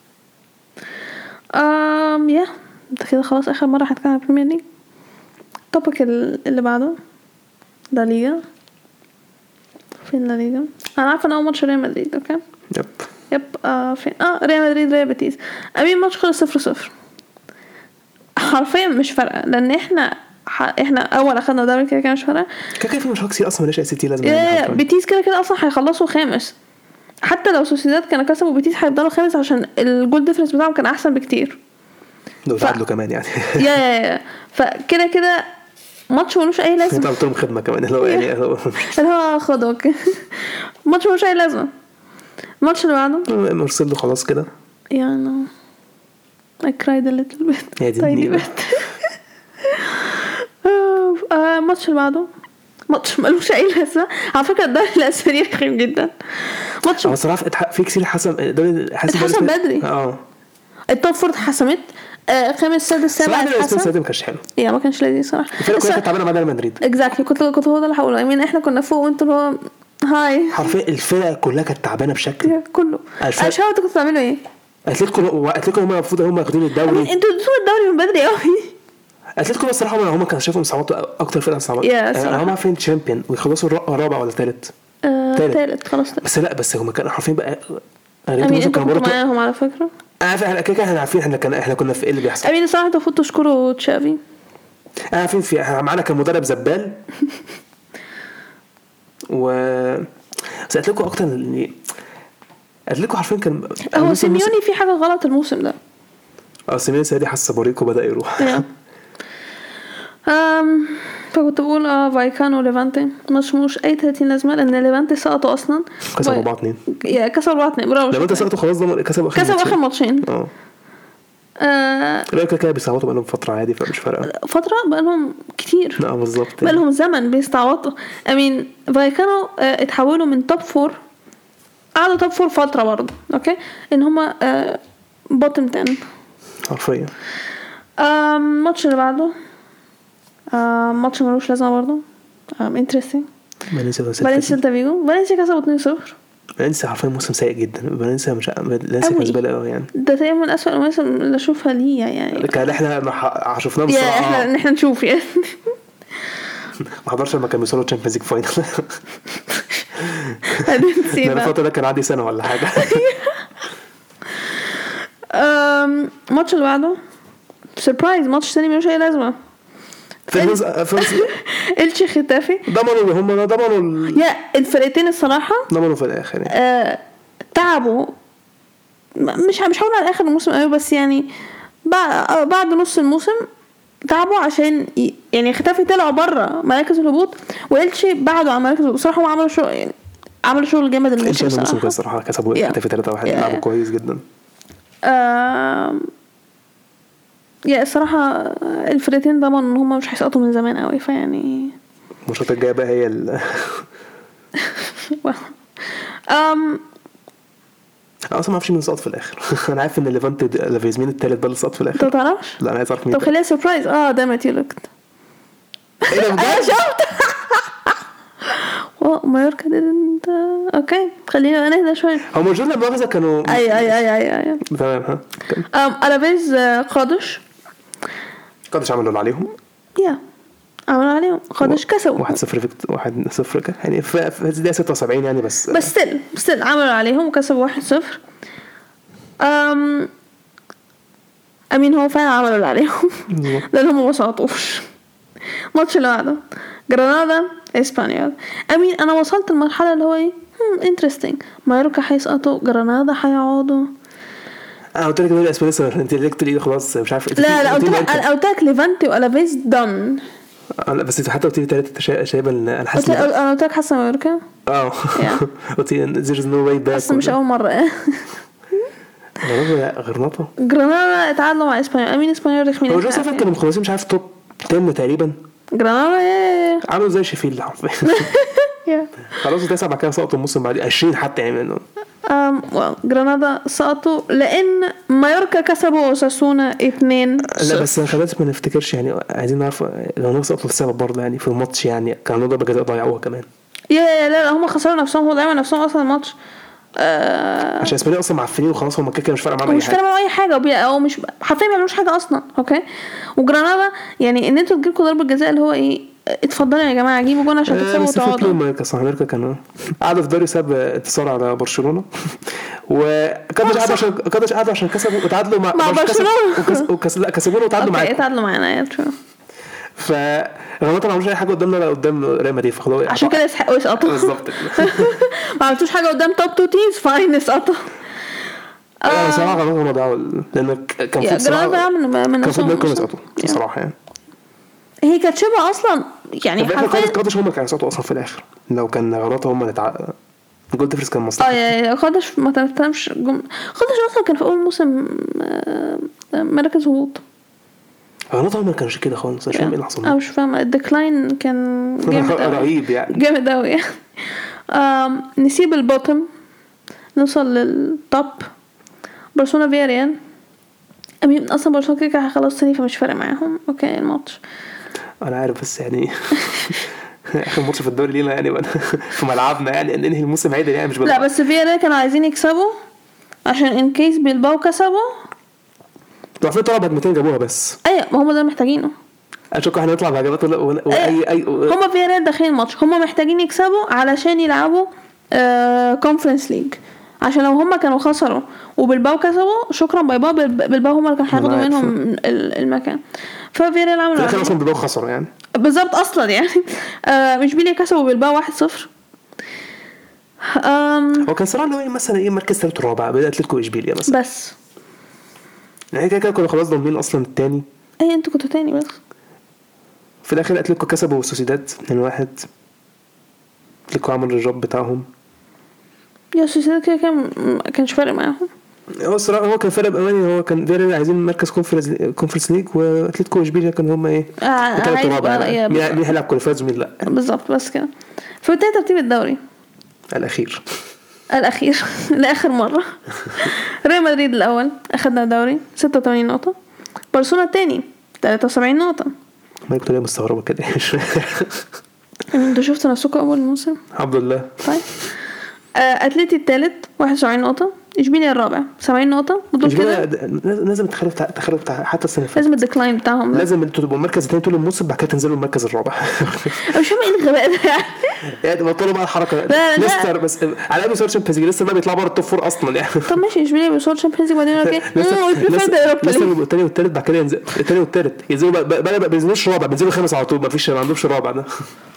ده كده خلاص اخر مره هنتكلم عن البريمير ليج التوبيك اللي بعده لا ليغا فين لا ليغا انا عارفه ان اول ماتش ريال مدريد اوكي يب فين ريال مدريد ريال بيتيس امين ماتش خلص 0-0 حرفيا مش فارقه لان احنا اول اخدنا دوري كده كان مش فارقه كده في مش كتير اصلا مالهاش سيتي لازم بيتيس كده اصلا هيخلصوا خامس حتى لو سوسيداد كانوا كسبوا بيتيس هيفضلوا خامس عشان الجول ديفرنس بتاعهم كان احسن بكتير لو تعادلوا كمان يعني يا فكده ماتش ملوش اي لازمه انت قلت لهم خدمه كمان اللي هو يعني اللي هو خد اوكي ماتش ملوش اي لازمه الماتش اللي بعده مرسل له خلاص كده يعني I cried a little bit tiny bit الماتش اللي بعده ماتش ملوش اي لازمه على فكره الدوري الاسباني رخم جدا ماتش صراحه في كتير حسم بدري التوب فور اتحسمت خامس سادس سابع اتحسم ما كانش حلو ما كانش لذيذ صراحه الفرقه كلها كانت تعبانه مع ريال مدريد اكزاكتلي كنت هو ده اللي هقوله يعني احنا كنا فوق وانتوا اللي هو هاي حرفيا الفرقه كلها كانت تعبانه بشكل كله عشان انتوا كنتوا بتعملوا ايه اتلتيكو هم المفروض هم واخدين الدوري انتوا الدوري من بدري قوي اتلتيكو الصراحه هم كانوا شايفهم صعبوا اكتر فرقه صعبه هم فين تشامبيون ويخلصوا رابع ولا ثالث خلاص بس هم كانوا عارفين بقى انتوا كنتوا معاهم على فكره احنا كده احنا عارفين احنا كنا في ايه اللي بيحصل امين صراحه المفروض تشكروا تشافي عارفين في احنا معانا كان مدرب زبال سألت لكم اكتر اللي قلت لكم عارفين كان هو سيميوني في حاجه غلط الموسم ده سيميوني سادي حس بوريكو بدا يروح فكنت بقول فايكانو وليفانتي مش اي 30 لازمه لان ليفانتي سقطوا اصلا كسبوا 4-2 كسبوا 4-2 برافو ليفانتي سقطوا خلاص ده كسبوا اخر ماتشين كده بيستعوضوا بقالهم فتره عادي فمش فارقه فتره بقالهم كتير بالظبط بقالهم زمن بيستعوضوا امين فايكانو اتحولوا من توب 4 قعدوا توب 4 فتره برضه اوكي ان هم بوتم 10 حرفيا الماتش اللي بعده ماتش ملوش لازمه برضه انترستينج فالنسيا فيجو فالنسيا كسبوا 2-0 فالنسيا حرفيا موسم سيء جدا فالنسيا مش فالنسيا كان زباله قوي يعني ده تقريبا من اسوأ المواسم اللي اشوفها ليها يعني كان احنا شفناه بصراحه احنا نشوف يعني ما حضرش لما كان بيوصلوا تشامبيونز ليج فاينل انا الفتره ده كان عندي سنه ولا حاجه الماتش اللي بعده سربرايز ماتش تاني ملوش اي لازمه. إلتشي ختافي ضمنوا يا الفرقتين الصراحه ضمنوا في الاخر يعني. تعبوا مش هقول على اخر الموسم قوي بس يعني بعد نص الموسم تعبوا عشان يعني ختافي طلعوا بره مراكز الهبوط وإلتشي بعدوا عن مراكز الهبوط. بصراحه هم عملوا شغل يعني عملوا شغل جامد الموسم الصراحه كسبوا ختافي 3-1 لعبوا كويس جدا. يا الصراحه الفرقتين ضمنوا ان هم مش هيسقطوا من زمان قوي فيعني الماتشات الجايه بقى هي اصلا ما اعرفش مين سقط في الاخر. انا عارف ان ليفانتي لافيزمين الثالث ده اللي سقط في الاخر. انت ما تعرفش؟ لا انا عايز اعرف مين. طب خليها سربرايز. ده ماتيلوكت. ايه ده بجد؟ انا شفت. مايوركا انت اوكي خلينا نهدى شويه. هو موجود لما واخذه كانوا اي تمام. ألافيز قادش عملوا اللي عليهم. عملوا عليهم قادش كسبوا 1-0 يعني في الدقيقه 76 يعني بس ستيل عملوا عليهم وكسبوا 1-0. امين هو فعلا عملوا اللي عليهم لانهم ما سقطوش. ماتش اللي بعده جرانادا اسبانيول. امين انا وصلت المرحله اللي هو ايه انترستينج. مايوركا هيسقطوا جرانادا هيقعدوا. انا قلت لك دوري اسبانيول انت قلت لي خلاص مش عارف. لا قلت لك ليفانتي والافيز دن. لا بس حتى قلت لي 3 شايبه انا حاسس انا قلت لك حاسه مايوركا قلت لي there's no way back بس مش اول مره. جرانادا اتعادلوا مع اسبانيول. امين اسبانيول رخمين. هو جوزيف كانوا مخلصين مش عارف توب 10 تقريبا. جرانادا عملوا زي شيفيلد خلاص 9 بعد كده سقطوا الموسم بعد 20 حتى يعني منهم. جرانادا سقطوا لان مايوركا كسبوا اوساسونا 2. لا بس خلاص ما نفتكرش يعني عايزين نعرف لو سقطوا السبب برضه يعني في الماتش يعني كانوا ضربة جزاء ضيعوها كمان. لا هم خسروا نفسهم. هو ضيعوا نفسهم اصلا الماتش عشان اسبانيا اصلا معفنين وخلاص هم كده مش فارقه معاهم اي حاجه او مش حرفيا ما بيعملوش حاجه اصلا. اوكي وجرانادا يعني ان انتوا تجيبوا ضربه جزاء اللي هو ايه اتفضلوا يا جماعه جيبوا جون عشان تكسبوا وتقعدوا. امريكا كانوا قعدوا في دوري ساب انتصار على برشلونه وقدش قعدوا عشان كسبوا وتعادلوا مع برشلونه كسبونا وتعادلوا معانا. تعادلوا معانا فغلطة ما عملوش اي حاجه قدام ريال مدريد فخلاص عشان كده يسحقوا يسقطوا بالظبط. ما عملتوش حاجه قدام توب 2 تيمز فاين يسقطوا. انا صراحه غلطوا الموضوع لان كان في صراحه من يسقطوا صراحه يعني هي كانت شبه اصلا يعني حرفيا قدش هم كانوا يسقطوا اصلا في الاخر لو كان غلطه هم اللي جول ديفرنس كان مصلحه. قدش ما تفهمش قدش اصلا كان في اول موسم مركز هبوط. غلطهم ما كانش كده خالص مش فاهم ايه اللي حصل. مش فاهم الديكلاين كان جامد رهيب يعني جامد قوي يعني. نسيب البوتم نوصل للتوب. برشلونه فياريال. امين اصلا برشلونه كده هيخلص ثاني فمش فارق معاهم. اوكي الماتش انا عارف بس يعني اخر ماتش في الدوري لينا يعني في ملعبنا يعني ننهي الموسم عادي يعني مش لا بس فياريال كانوا عايزين يكسبوا عشان ان كيس بيلباو كسبوا ضعفين طلب هجمتين جابوها بس. ما هم ده محتاجينه. اشوف احنا نطلع بهجمات اي هم فياريال داخلين الماتش هم محتاجين يكسبوا علشان يلعبوا كونفرنس ليج عشان لو هم كانوا خسروا وبالباو كسبوا شكرا باي باي. بالباو هم اللي كانوا هياخدوا منهم المكان. ففياريال عملوا كده اصلا بالباو خسروا يعني بالظبط اصلا يعني مش بيلي كسبوا بالباو 1-0. هو كان صراحه لو مثلا ايه مركز ثالث رابع بدأ اتلتيكو اشبيليا مثلا بس يعني كده كانوا خلاص ضامنين اصلا الثاني. انتوا كنتوا تاني بس في الاخر اتلتيكو كسبوا سوسيداد 2-1. اتلتيكو عملوا الجوب بتاعهم. يا سوسيداد كده كانش فارق معاهم. هو الصراحه هو كان فرق بامانه. هو كان فيري عايزين مركز كونفرنس ليج واتلتيكو اشبيليا كان هم ايه ثالث رابع مين هيلعب كواليفايز ومين لا بالظبط. بس كده في ترتيب الدوري الاخير لاخر مره. ريال مدريد الاول اخذنا الدوري 86 نقطه. برشلونه الثاني 73 نقطه. ما كنت ليه مستغربه كده انتوا شفتوا نفسكم اول الموسم الحمد لله. طيب اتلتي الثالث 71 نقطه. اشبيليا الرابع 70 نقطه ودول كده لازم تخلوا حتى السنه لازم الديكلاين بتاعهم لازم انتوا تبقوا المركز الثاني طول الموسم بعد كده تنزلوا المركز الرابع. مش فاهم ايه الغباء ده يعني بطلوا بقى الحركه لسه بس على قبل سوري تشامبيونز لسه ما بيطلعوا بره التوب فور اصلا يعني. طب ماشي اشبيليا بيوصلوا تشامبيونز بعدين اوكي لسه الثاني والثالث بعد كده ينزل الثاني والثالث ينزلوا بقى بينزلوش رابع بينزلوا خامس على طول ما عندهمش الرابع ده.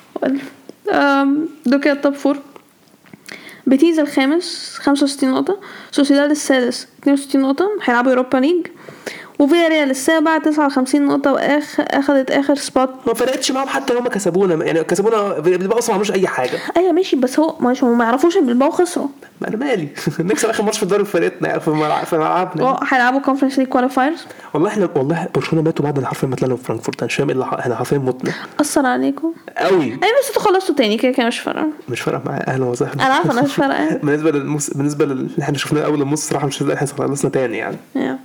دول كده التوب فور. بيتيز الخامس 65 نقطة، سوسيداد السادس 62 نقطة هيلعبوا يوروبا ليج، وفياريال السابع 59 نقطة واخدت اخر سبوت. ما فرقتش معاهم حتى لو ما كسبونا يعني كسبونا بالباو اصلا ما عملوش اي حاجة. ايوه ماشي بس هو ماشي ما يعرفوش ان بالباو خسروا. ما انا مالي نكسب اخر ماتش في الدوري فرقتنا في ملعبنا. هيلعبوا كونفرنس ليج كواليفايرز. والله برشلونة ماتوا بعد الحرف ما طلعنا في فرانكفورت. انا مش فاهم ايه احنا حرفيا متنا. اثر عليكم قوي. ايوه بس انتوا خلصتوا تاني كده مش فارقه. مش فارقه معايا اهلا وسهلا. انا عارفه انا مش فارقه. بالنسبه اللي احنا شفناه اول الموسم صراحه مش احنا خلصنا تاني يعني.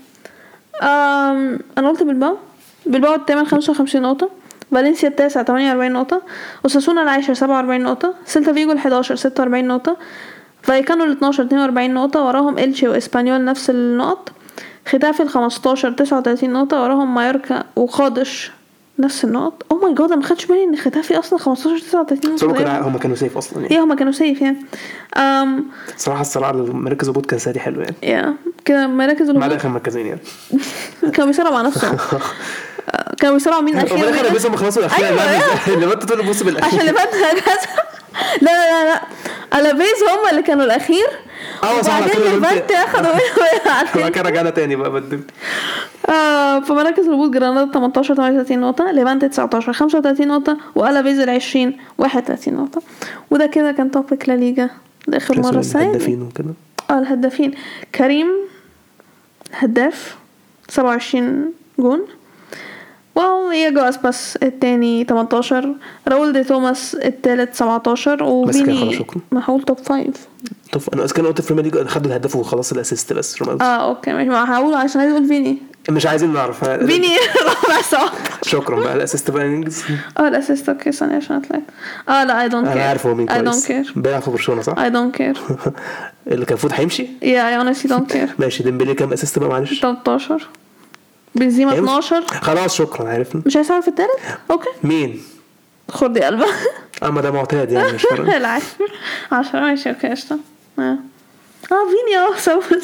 انا قلت بالباو الثامن 55 نقطه، فالنسيا التاسع 48 نقطه، وساسونا العاشر 47 نقطه، سيلتا فيجو ال11 46 نقطه، فايكانو ال12 42 نقطه، وراهم إلشي واسبانيول نفس النقط، ختافي ال15 39 نقطه، وراهم مايوركا وقادش نفس النقط. او ماي جاد انا ما خدتش بالي ان ختافي اصلا 15 39 نقطه. هم كانوا سيف اصلا يعني. هم كانوا سيف يعني. صراحه المراكز الهبوط كان سادي حلو يعني. كده مراكز الهبوط مع اخر مركزين يعني كانوا بيسرعوا مع نفسهم. كانوا بيسرعوا مين اخير الاخر بس هم خلصوا الاخير اللي ما تقول بص بالاخير عشان اللي فات لا الافيز هم اللي كانوا الاخير. صح كده البنت اخدوا ما كان رجعنا تاني بقى بدل. فمراكز الهبوط جرانادا 18 38 نقطه، ليفانت 19 35 نقطه، والافيز ال20 31 نقطه. وده كده كان توبيك لا ليجا لاخر مره السنه. الهدافين وكده الهدافين كريم هداف 27 جون، وإياجو أسباس التاني 18، راول دي توماس التالت 17، وفيني محاول توب 5. طب انا كان قلت في البريمير ليج خد الهداف وخلاص الاسيست بس اوكي ماشي ما هقول عشان عايز اقول فيني مش عايزين نعرف فيني بس شكرا بقى الاسيست بقى ننجز. الاسيست اوكي ثانيه عشان اطلع لا اي دونت كير. انا عارف هو مين كويس بيلعب في برشلونه صح. اي دونت كير اللي كان المفروض هيمشي اي اونستلي دونت كير. ماشي ديمبلي كام اسيست بقى معلش 13 بنزيما 12 خلاص شكرا عرفنا مش هيساعد في الثالث. اوكي مين خدي قلبه اما ده معتاد يعني مش فارق. العاشر 10 ماشي اوكي قشطه. فيني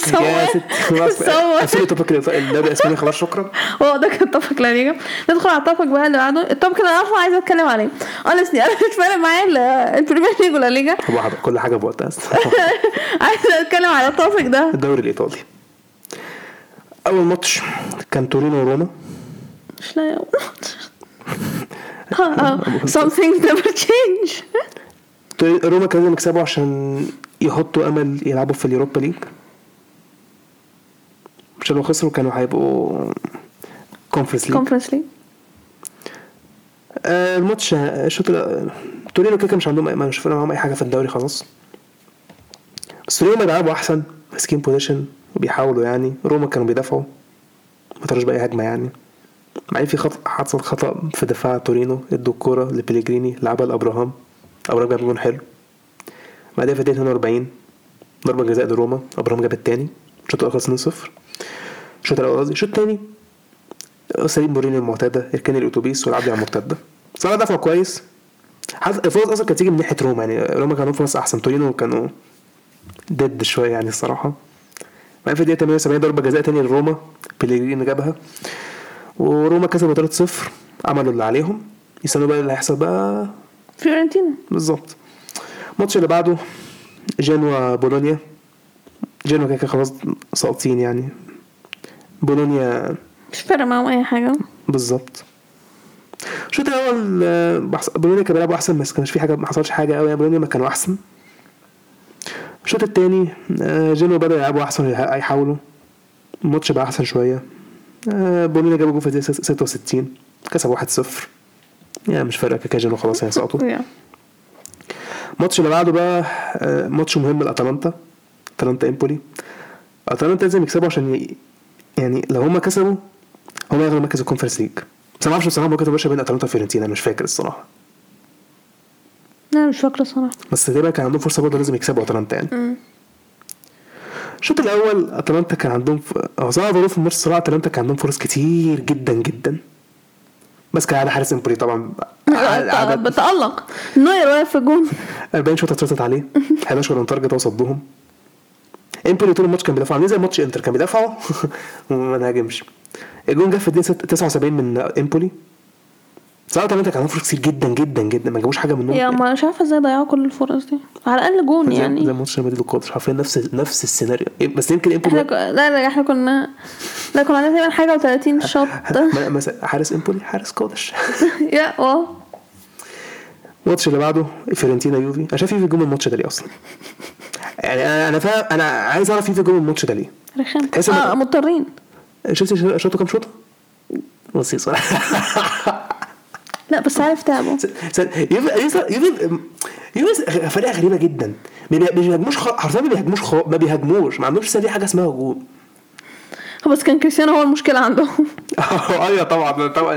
سوى توبك الدوري الاسباني خلاص شكرا. ده كان توبك لا ليجا. ندخل على التوبك بقى اللي بعده. التوبك اللي انا اصلا عايزه اتكلم عليه honestly انا مش فارق معايا البريمير ليج ولا ليجا كل حاجه بوقتها. عايزه اتكلم على التوبك ده الدوري الايطالي. اول ماتش كان تورينو وروما. مش لا something never change. روما كانوا يكسبوا عشان يحطوا امل يلعبوا في اليوروبا ليج، عشان لو خسروا كانوا هيبقوا كونفرنس ليج. الماتش الشوط تورينو كده مش عندهم مش فارق معاهم اي حاجه في الدوري خلاص، بس روما بيلعبوا احسن ماسكين بوزيشن وبيحاولوا يعني. روما كانوا بيدافعوا ما طرش بقى هجمه يعني، مع في حصل خطا في دفاع تورينو، ادوا الكوره لبيليجريني لعبها لابراهام جاب جون حلو. بعدها في الدقيقه 42 ضربه جزاء لروما، ابراهام جاب الثاني. الشوط الاول 2-0. الشوط الاول الشوط الثاني سليم مورينيو المعتاده يركن الاتوبيس ويلعب على المرتده. صراحه دفع كويس. الفرص اصلا كانت تيجي من ناحيه روما يعني، روما كانوا فرص احسن، تورينو كانوا ضد شويه يعني الصراحه. بعدين في الدقيقه 78 ضربه جزاء ثانيه لروما، بيليجريني جابها وروما كسبوا 3-0. عملوا اللي عليهم، يستنوا بقى اللي هيحصل بقى فيورنتينا بالظبط. الماتش اللي بعده جنوا بولونيا. جنوا كده خلاص ساقطين يعني، بولونيا مش فارق معاهم اي حاجه بالظبط. الشوط الاول بولونيا كانوا بيلعبوا احسن، بس كانش في حاجه، ما حصلش حاجه قوي. بولونيا ما كانوا احسن. الشوط الثاني جنوا بدأوا يلعبوا احسن، هيحاولوا الماتش بقى احسن شويه. بولونيا جابوا جول في الدقيقه 66 كسبوا 1-0 يعني، مش فارقه كده جنوا خلاص هيسقطوا. الماتش اللي بعده بقى ماتش مهم الاتلانتا امبولي. اتلانتا لازم يكسبوا عشان يعني لو هم كسبوا هم ياخدوا مركز الكونفرنس ليج. بس ما اعرفش الصراحه ممكن تبقى بين اتلانتا وفيورنتينا، مش فاكر الصراحه. لا مش فاكره الصراحه، بس تقريبا كان عندهم فرصه برضه لازم يكسبوا اتلانتا يعني. الشوط الاول اتلانتا كان عندهم ظهروا في الماتش صراحه. اتلانتا كان عندهم فرص كتير جدا جدا، بس كان على حارس امبولي طبعا بتألق نوير واقف في الجون. 40 شوطه اترصت عليه، 11 من تارجت وصدهم. امبولي طول الماتش كان بيدافع، عامل زي ماتش انتر كان بيدافعوا وما هاجمش. الجون جه في الدقيقه 79 من امبولي. صراحه اتلانتا كان عندهم فرص كتير جدا جدا جدا، ما جابوش حاجه منهم. يا ما مش عارفه ازاي ضيعوا كل الفرص دي، على الاقل جون يعني زي ماتش مدريد القدس حرفيا نفس السيناريو. بس يمكن امبولي احنا كنا عندنا تقريبا حاجه و30 شوط. حارس امبولي حارس قادش. يا الماتش اللي بعده فيورنتينا يوفي. انا شايف يوفي جون الماتش ده ليه اصلا؟ يعني انا فاهم، انا عايز اعرف يوفي جون الماتش ده ليه. رخام مضطرين. شفت شوطه كام شوطه بس صراحه. لا بس عارف تعبوا. يوفي فرقه غريبه جدا، ما بيهاجموش حرفيا، ما بيهاجموش ما عندهمش دي حاجه اسمها هجوم. بس كان كريستيانو هو المشكله عندهم. ايوه طبعا.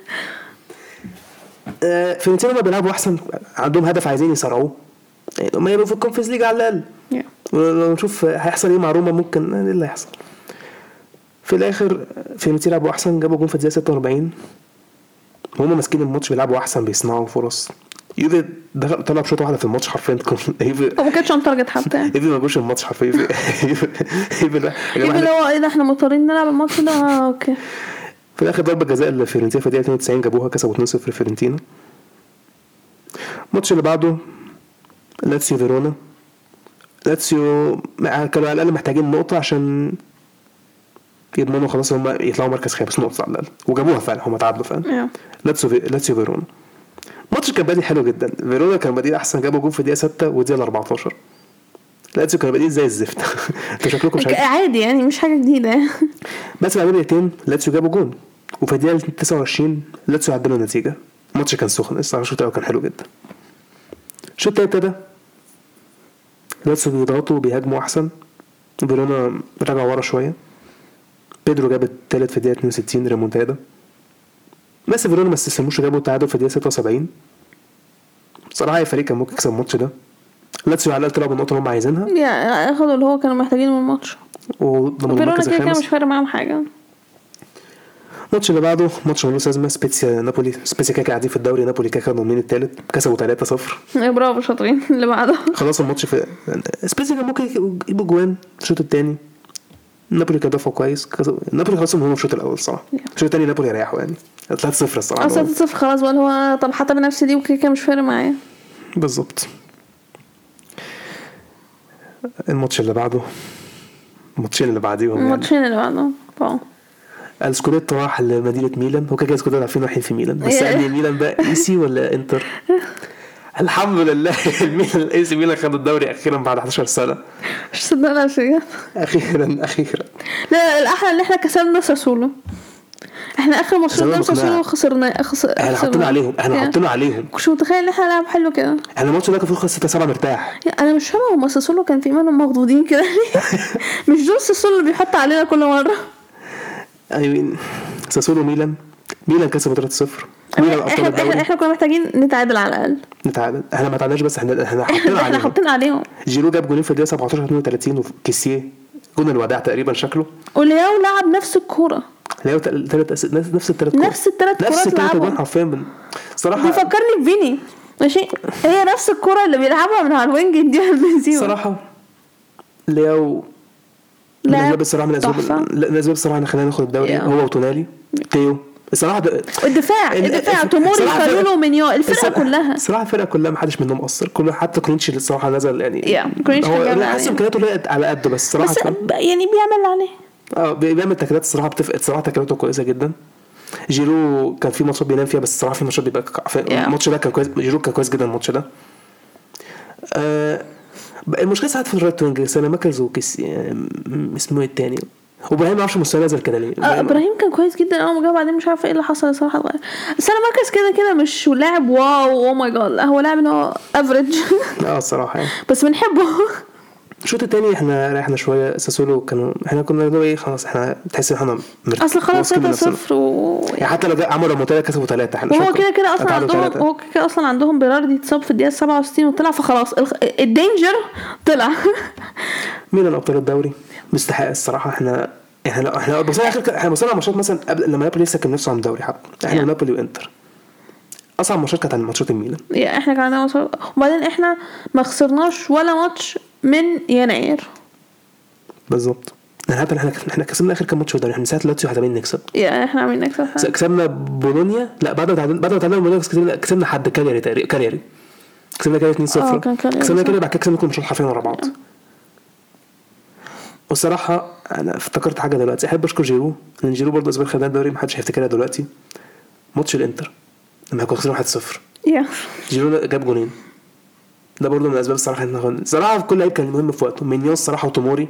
فيورنتينا ما بيلعبوا احسن، عندهم هدف عايزين يسرعوه، يعني ما يبقوا في الكونفرنس ليج على الاقل. ونشوف هيحصل ايه مع روما، ممكن ايه اللي هيحصل. في الاخر فيورنتينا لعبوا احسن، جابوا جون في الدقيقه 46. هم ماسكين الماتش، بيلعبوا احسن، بيصنعوا فرص. يوفي طلع بشوط واحده في الماتش حرفيا. يوفي ما كانش عن تارجت حتى. يوفي ما جوش الماتش حرفيا. يوفي لو ايه ده احنا مضطرين نلعب الماتش ده. اوكي. في الاخر ضربه جزاء لفيورنتينا في الدقيقه 92 جابوها، كسبوا 2-0 فيورنتينا. الماتش اللي بعده لاتسيو فيرونا. لاتسيو كانوا على الاقل محتاجين نقطه عشان يضمنوا خلاص هم يطلعوا مركز خامس، نقطه على الاقل، وجابوها فعلا، هم تعادلوا فعلا. لاتسيو فيرونا. الماتش كان بادئ حلو جدا. فيرونا كان بادئ احسن، جابوا جون في الدقيقه 6 والدقيقه 14. لاتسيو كان بادئ زي الزفت. انتوا شكلكم مش عادي يعني، مش حاجه جديده. بس بعد دقيقتين لاتسيو جابوا جون، وفي الدقيقه 29 لاتسيو عدلوا النتيجه. الماتش كان سخن الصراحه، الشوط الاول كان حلو جدا. الشوط الثاني ابتدى لاتسيو بيضغطوا وبيهاجموا احسن، فيرونا رجع ورا شويه. بيدرو جاب الثالث في الدقيقه 62 ريمونتادا، بس فيرونا ما استسلموش، جابوا التعادل في الدقيقه 76. صراحه الفريق كان ممكن يكسب الماتش ده. لاتسيو على الاقل طلعوا بالنقطه اللي هم عايزينها، يعني اخدوا اللي هو كانوا محتاجينه من الماتش، وفيرونا كده مش فارق معاهم حاجه. الماتش اللي بعده ماتش ملوش لازمه، سبيتسيا نابولي. سبيتسيا كاكا قاعدين في الدوري، نابولي كاكا ضامنين الثالث، كسبوا 3-0. برافو شاطرين. اللي بعده خلاص الماتش في سبيتسيا كان ممكن يجيبوا جوان الشوط الثاني. نابولي كان دافعوا كويس، نابولي خلصوا هم الشوط الاول الصراحه. الشوط الثاني نابولي ريحوا يعني 3-0 الصراحه. 3-0 خلاص بقى، هو طب حتى بنفس دي وكده مش فارق معايا بالظبط. الماتش اللي بعده، الماتشين اللي بعده السكوديتو راح لمدينه ميلان. هو كده سكوديتو عارفين رايحين في ميلان، بس قال لي ميلان بقى ايسي ولا انتر. الحمد لله الميلان الايسي ميلان خد الدوري اخيرا بعد 11 سنه. مش صدقنا شيء. اخيرا لا الاحلى ان احنا كسبنا ساسولو. احنا اخر ماتش قدام ساسولو خسرنا. احنا حطينا عليهم. كنت متخيل ان احنا نلعب حلو كده. احنا الماتش ده كان فيه 6-7 مرتاح. انا مش فاهمه هم ساسولو كان في ايمانهم مخضوضين كده ليه؟ مش دول ساسولو اللي بيحط علينا كل مره. ايوه ساسولو ميلان كسبوا 3-0. احنا كنا محتاجين نتعادل على الاقل. احنا ما تعادلناش، بس احنا حاطين عليهم. جيرو جاب جولين في الدقيقه 17 32 وكيسيه جون الوداع تقريبا شكله. ولياو لعب نفس الكوره. لياو نفس الثلاث كورات لعبوا حرفيا. صراحه بيفكرني بفيني ماشي، هي نفس الكوره اللي بيلعبها من على الوينج دي البنزيما. صراحه لياو لا بصراحه من الاسباب الصراحه ان خلينا ناخد الدوري هو وتونالي تيو الصراحه. الدفاع توموري كارولو مينيو الصراحه الفرقه كلها ما حدش منهم قصر، كله حتى كرينش اللي الصراحه نزل يعني هو حاسس امكانياته على قده، بس صراحه يعني بيعمل عليه بيعمل تكتلات الصراحه بتفقد صراحه تكتلاته كويسه جدا. جيرو كان في ماتشات بينام فيها، بس الصراحه في ماتشات بيبقى الماتش ده كان كويس. جيرو كان كويس جدا الماتش ده. المشكله ساعات في الرايت وينج ساناماكرز وكيس اسمه ايه الثاني، وابراهيم ما اعرفش مستواه نزل كده ليه. ابراهيم كان كويس جدا اول ما جه، بعدين مش عارفه ايه اللي حصل الصراحه اتغير. ساناماكرز كده مش لاعب واو او ماي جاد، هو لاعب ان هو افريج. الصراحه يعني. بس بنحبه. الشوط الثاني احنا ريحنا شويه. ساسولو احنا كنا نقول ايه خلاص، احنا تحس ان احنا اصل خلاص 3-0 يعني حتى لو عملوا مونتانا كسبوا 3. احنا هو كده اصلا عندهم اصلا عندهم بيراردي اتصاب في الدقيقه 67 وطلع، فخلاص الدينجر طلع. ميلان ابطال الدوري. مستحق الصراحه. احنا بصراحه احنا وصلنا ماتشات مثلا قبل لما نابولي لسه كان نفسه عن الدوري حتى احنا نابولي وانتر اصعب ماتشات كانت عن ماتشات الميلان. احنا كان عندنا ماتش وبعدين احنا ما خسرناش ولا ماتش من يناير بالظبط. حتى احنا كسبنا اخر كام ماتش ده احنا ساعه لاتسيو عاملين نكسب. احنا عاملين نكسب كسبنا بولونيا لا بعد ما تعادلنا بولونيا كسبنا حد كالياري كسبنا كالياري 2-0 كسبنا كالياري بعد كده كسبنا كل ماتشات حرفيا ورا بعض. والصراحه انا افتكرت حاجه دلوقتي احب اشكر جيرو لان جيرو برضه اسباب خدنا الدوري محدش هيفتكرها دلوقتي. ماتش الانتر لما كنا خسرنا 1-0 جيرو جاب جونين ده برضه من الاسباب الصراحه ان صراحه كل لعيب كان مهم في وقته مينيوس الصراحه وتوموري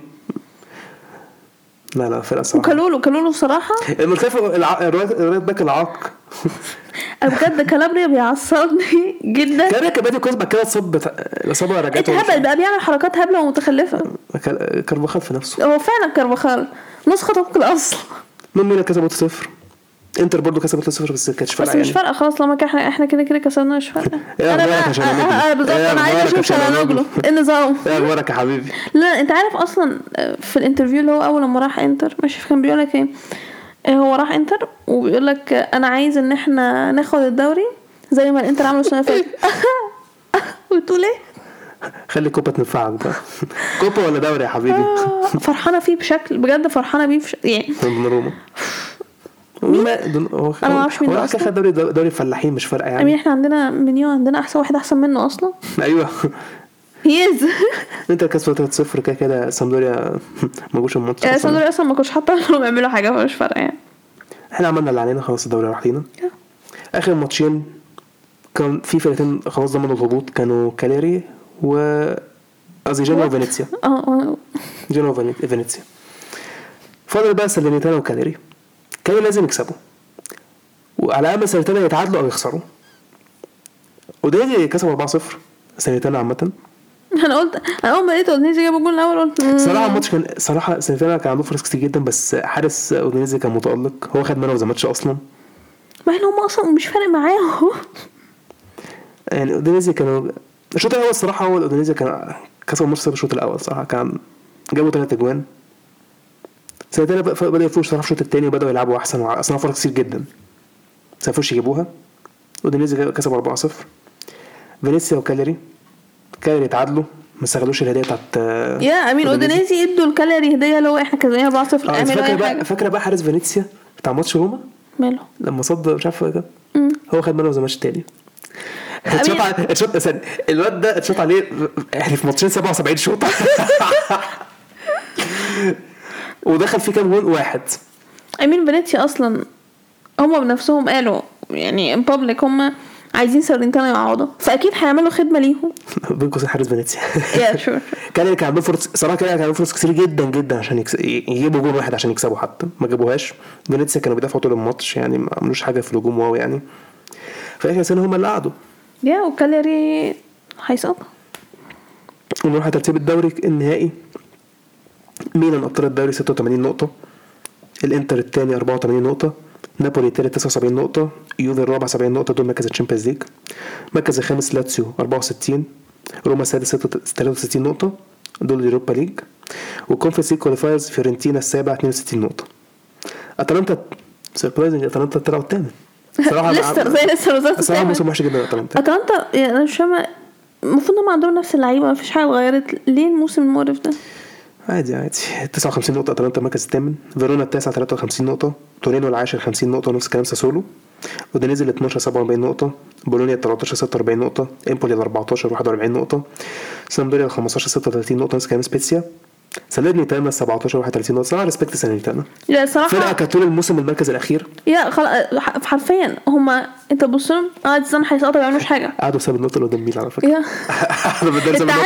لا فرقه صراحه وكلولو صراحه المختلف الرايت باك العاق بجد كالابريا بيعصبني جدا. كان كويس بعد كده اصابه رجعته هبل بقى بيعمل حركات هبله ومتخلفه. كارفاخال في نفسه هو فعلا كارفاخال نسخه طبق الاصل. مين كسبت 0 انتر برضو كسبت 0 بس كانتش فارقه يعني مش فارقه خلاص لما احنا كده كسبنا مش فارقه. انا بالظبط انا عايزه اشوف شالانوجلو النظام ايه اخبارك يا حبيبي. لا انت عارف اصلا في الانترفيو اللي هو اول لما راح انتر مش كان بيقول لك ايه هو راح انتر وبيقول لك انا عايز ان احنا ناخد الدوري زي ما الانتر عملوا السنه اللي فاتت. وتقول ايه خلي كوبا تنفعك بقى. كوبا ولا دوري يا حبيبي. فرحانه فيه بشكل بجد فرحانه بيه يعني من روما انا ما اعرفش مين هو اخد دوري فلاحين مش فارقه يعني. احنا عندنا منيو عندنا احسن واحد احسن منه اصلا. ايوه يز انت كسبت 3-0 كده سامدوريا ما جوش الماتش سامدوريا اصلا ما كنتش حتى لو بيعملوا حاجه مش فارقه يعني. احنا عملنا اللي علينا خلاص الدوري راح لينا. اخر ماتشين كان في فرقتين خلاص ضمنوا الهبوط كانوا كاليري جنوا وفينيسيا. جنوا وفينيسيا فاضل بقى سالينيتانا وكاليري. كانوا لازم يكسبوا وعلى امل سالينيتانا يتعادلوا او يخسروا ودي كسبوا 4-0 سالينيتانا عامه. انا اول ما لقيت اودينيزي جاب الجول الاول قلت صراحه الماتش كان صراحه سالينيتانا كان عنده فرص كتير جدا بس حارس اودينيزي كان متالق هو خد منه الماتش اصلا مع انهم اصلا مش فارق معاهم يعني اودينيزي كانوا الشوط الاول الصراحه هو اودينيزي كان كسب الماتش الشوط الاول صراحه كان جابوا 3 اجوان. سالينيتانا بدأ يفوز صراحه الشوط الثاني وبداوا يلعبوا احسن واصلا فرص كتير جدا سافوش يجيبوها. اودينيزي كسب 4-0. فينيسيا وكاليري تعادلوا ما استغلوش الهديه بتاعت يا امين اودينيزي ادوا الكاليري هديه لو احنا كسبانين 4-0 فاكره بقى حارس فينيسيا بتاع ماتش روما ماله لما صد مش عارف كده هو خد منه زي الماتش الثاني اتشوط الواد ده اتشوط عليه احنا في ماتشين 77 شوط ودخل فيه كام جون واحد. امين فينيسيا اصلا هم بنفسهم قالوا يعني ان بابليك هم عايزين سالينيتانا يعوضوا فاكيد هيعملوا خدمه ليهم بين قوسين حارس فينيسيا. يا شور كان عنده فرص صراحه كان عنده فرص كتير جدا عشان يجيبوا جول واحد عشان يكسبوا حتى ما جابوهاش. فينيسيا كانوا بيدافعوا طول الماتش يعني ما عملوش حاجه في الهجوم واو يعني في اخر سنه هم اللي قعدوا يا وكاليري هيسقط. ونروح ترتيب الدوري النهائي. ميلان ابطال الدوري 86 نقطه الانتر الثاني 84 نقطه نابولي الثالث 79 نقطه يوفي الرابع 70 نقطه دول مركز الشامبيونز ليج. مركز الخامس لاتسيو 64 روما السادس 63 نقطه دول اليوروبا ليج. والكونفرنس ليج كواليفايرز فيورنتينا السابع 62 نقطه. اتلانتا سربرايزنج اتلانتا طلعوا الثامن صراحه لسه صراحه موسم وحش جدا اتلانتا يعني انا مش فاهمه المفروض انهم عندهم نفس اللعيبه مفيش حاجه اتغيرت ليه الموسم المقرف ده. عادي 59 نقطه اتلانتا مركز الثامن. فيرونا التاسع 53 نقطه تورينو العاشر 50 نقطه نفس الكلام ساسولو. ودينيزي ال 12 47 نقطه بولونيا 13 46 نقطه امبولي 14 41 نقطه سامدوريا 15 36 نقطه نفس الكلام سبيتسيا. ساليرنيتانا 17 31 نقطه صراحه ريسبكت ساليرنيتانا لا صراحه فرقه كانت طول الموسم المركز الاخير يا حرفيا هما انت بص لهم الزمن هيسقطوا ما يعملوش حاجه قعدوا بسبب النقطه اللي قدام ميل على فكره انا بدل زي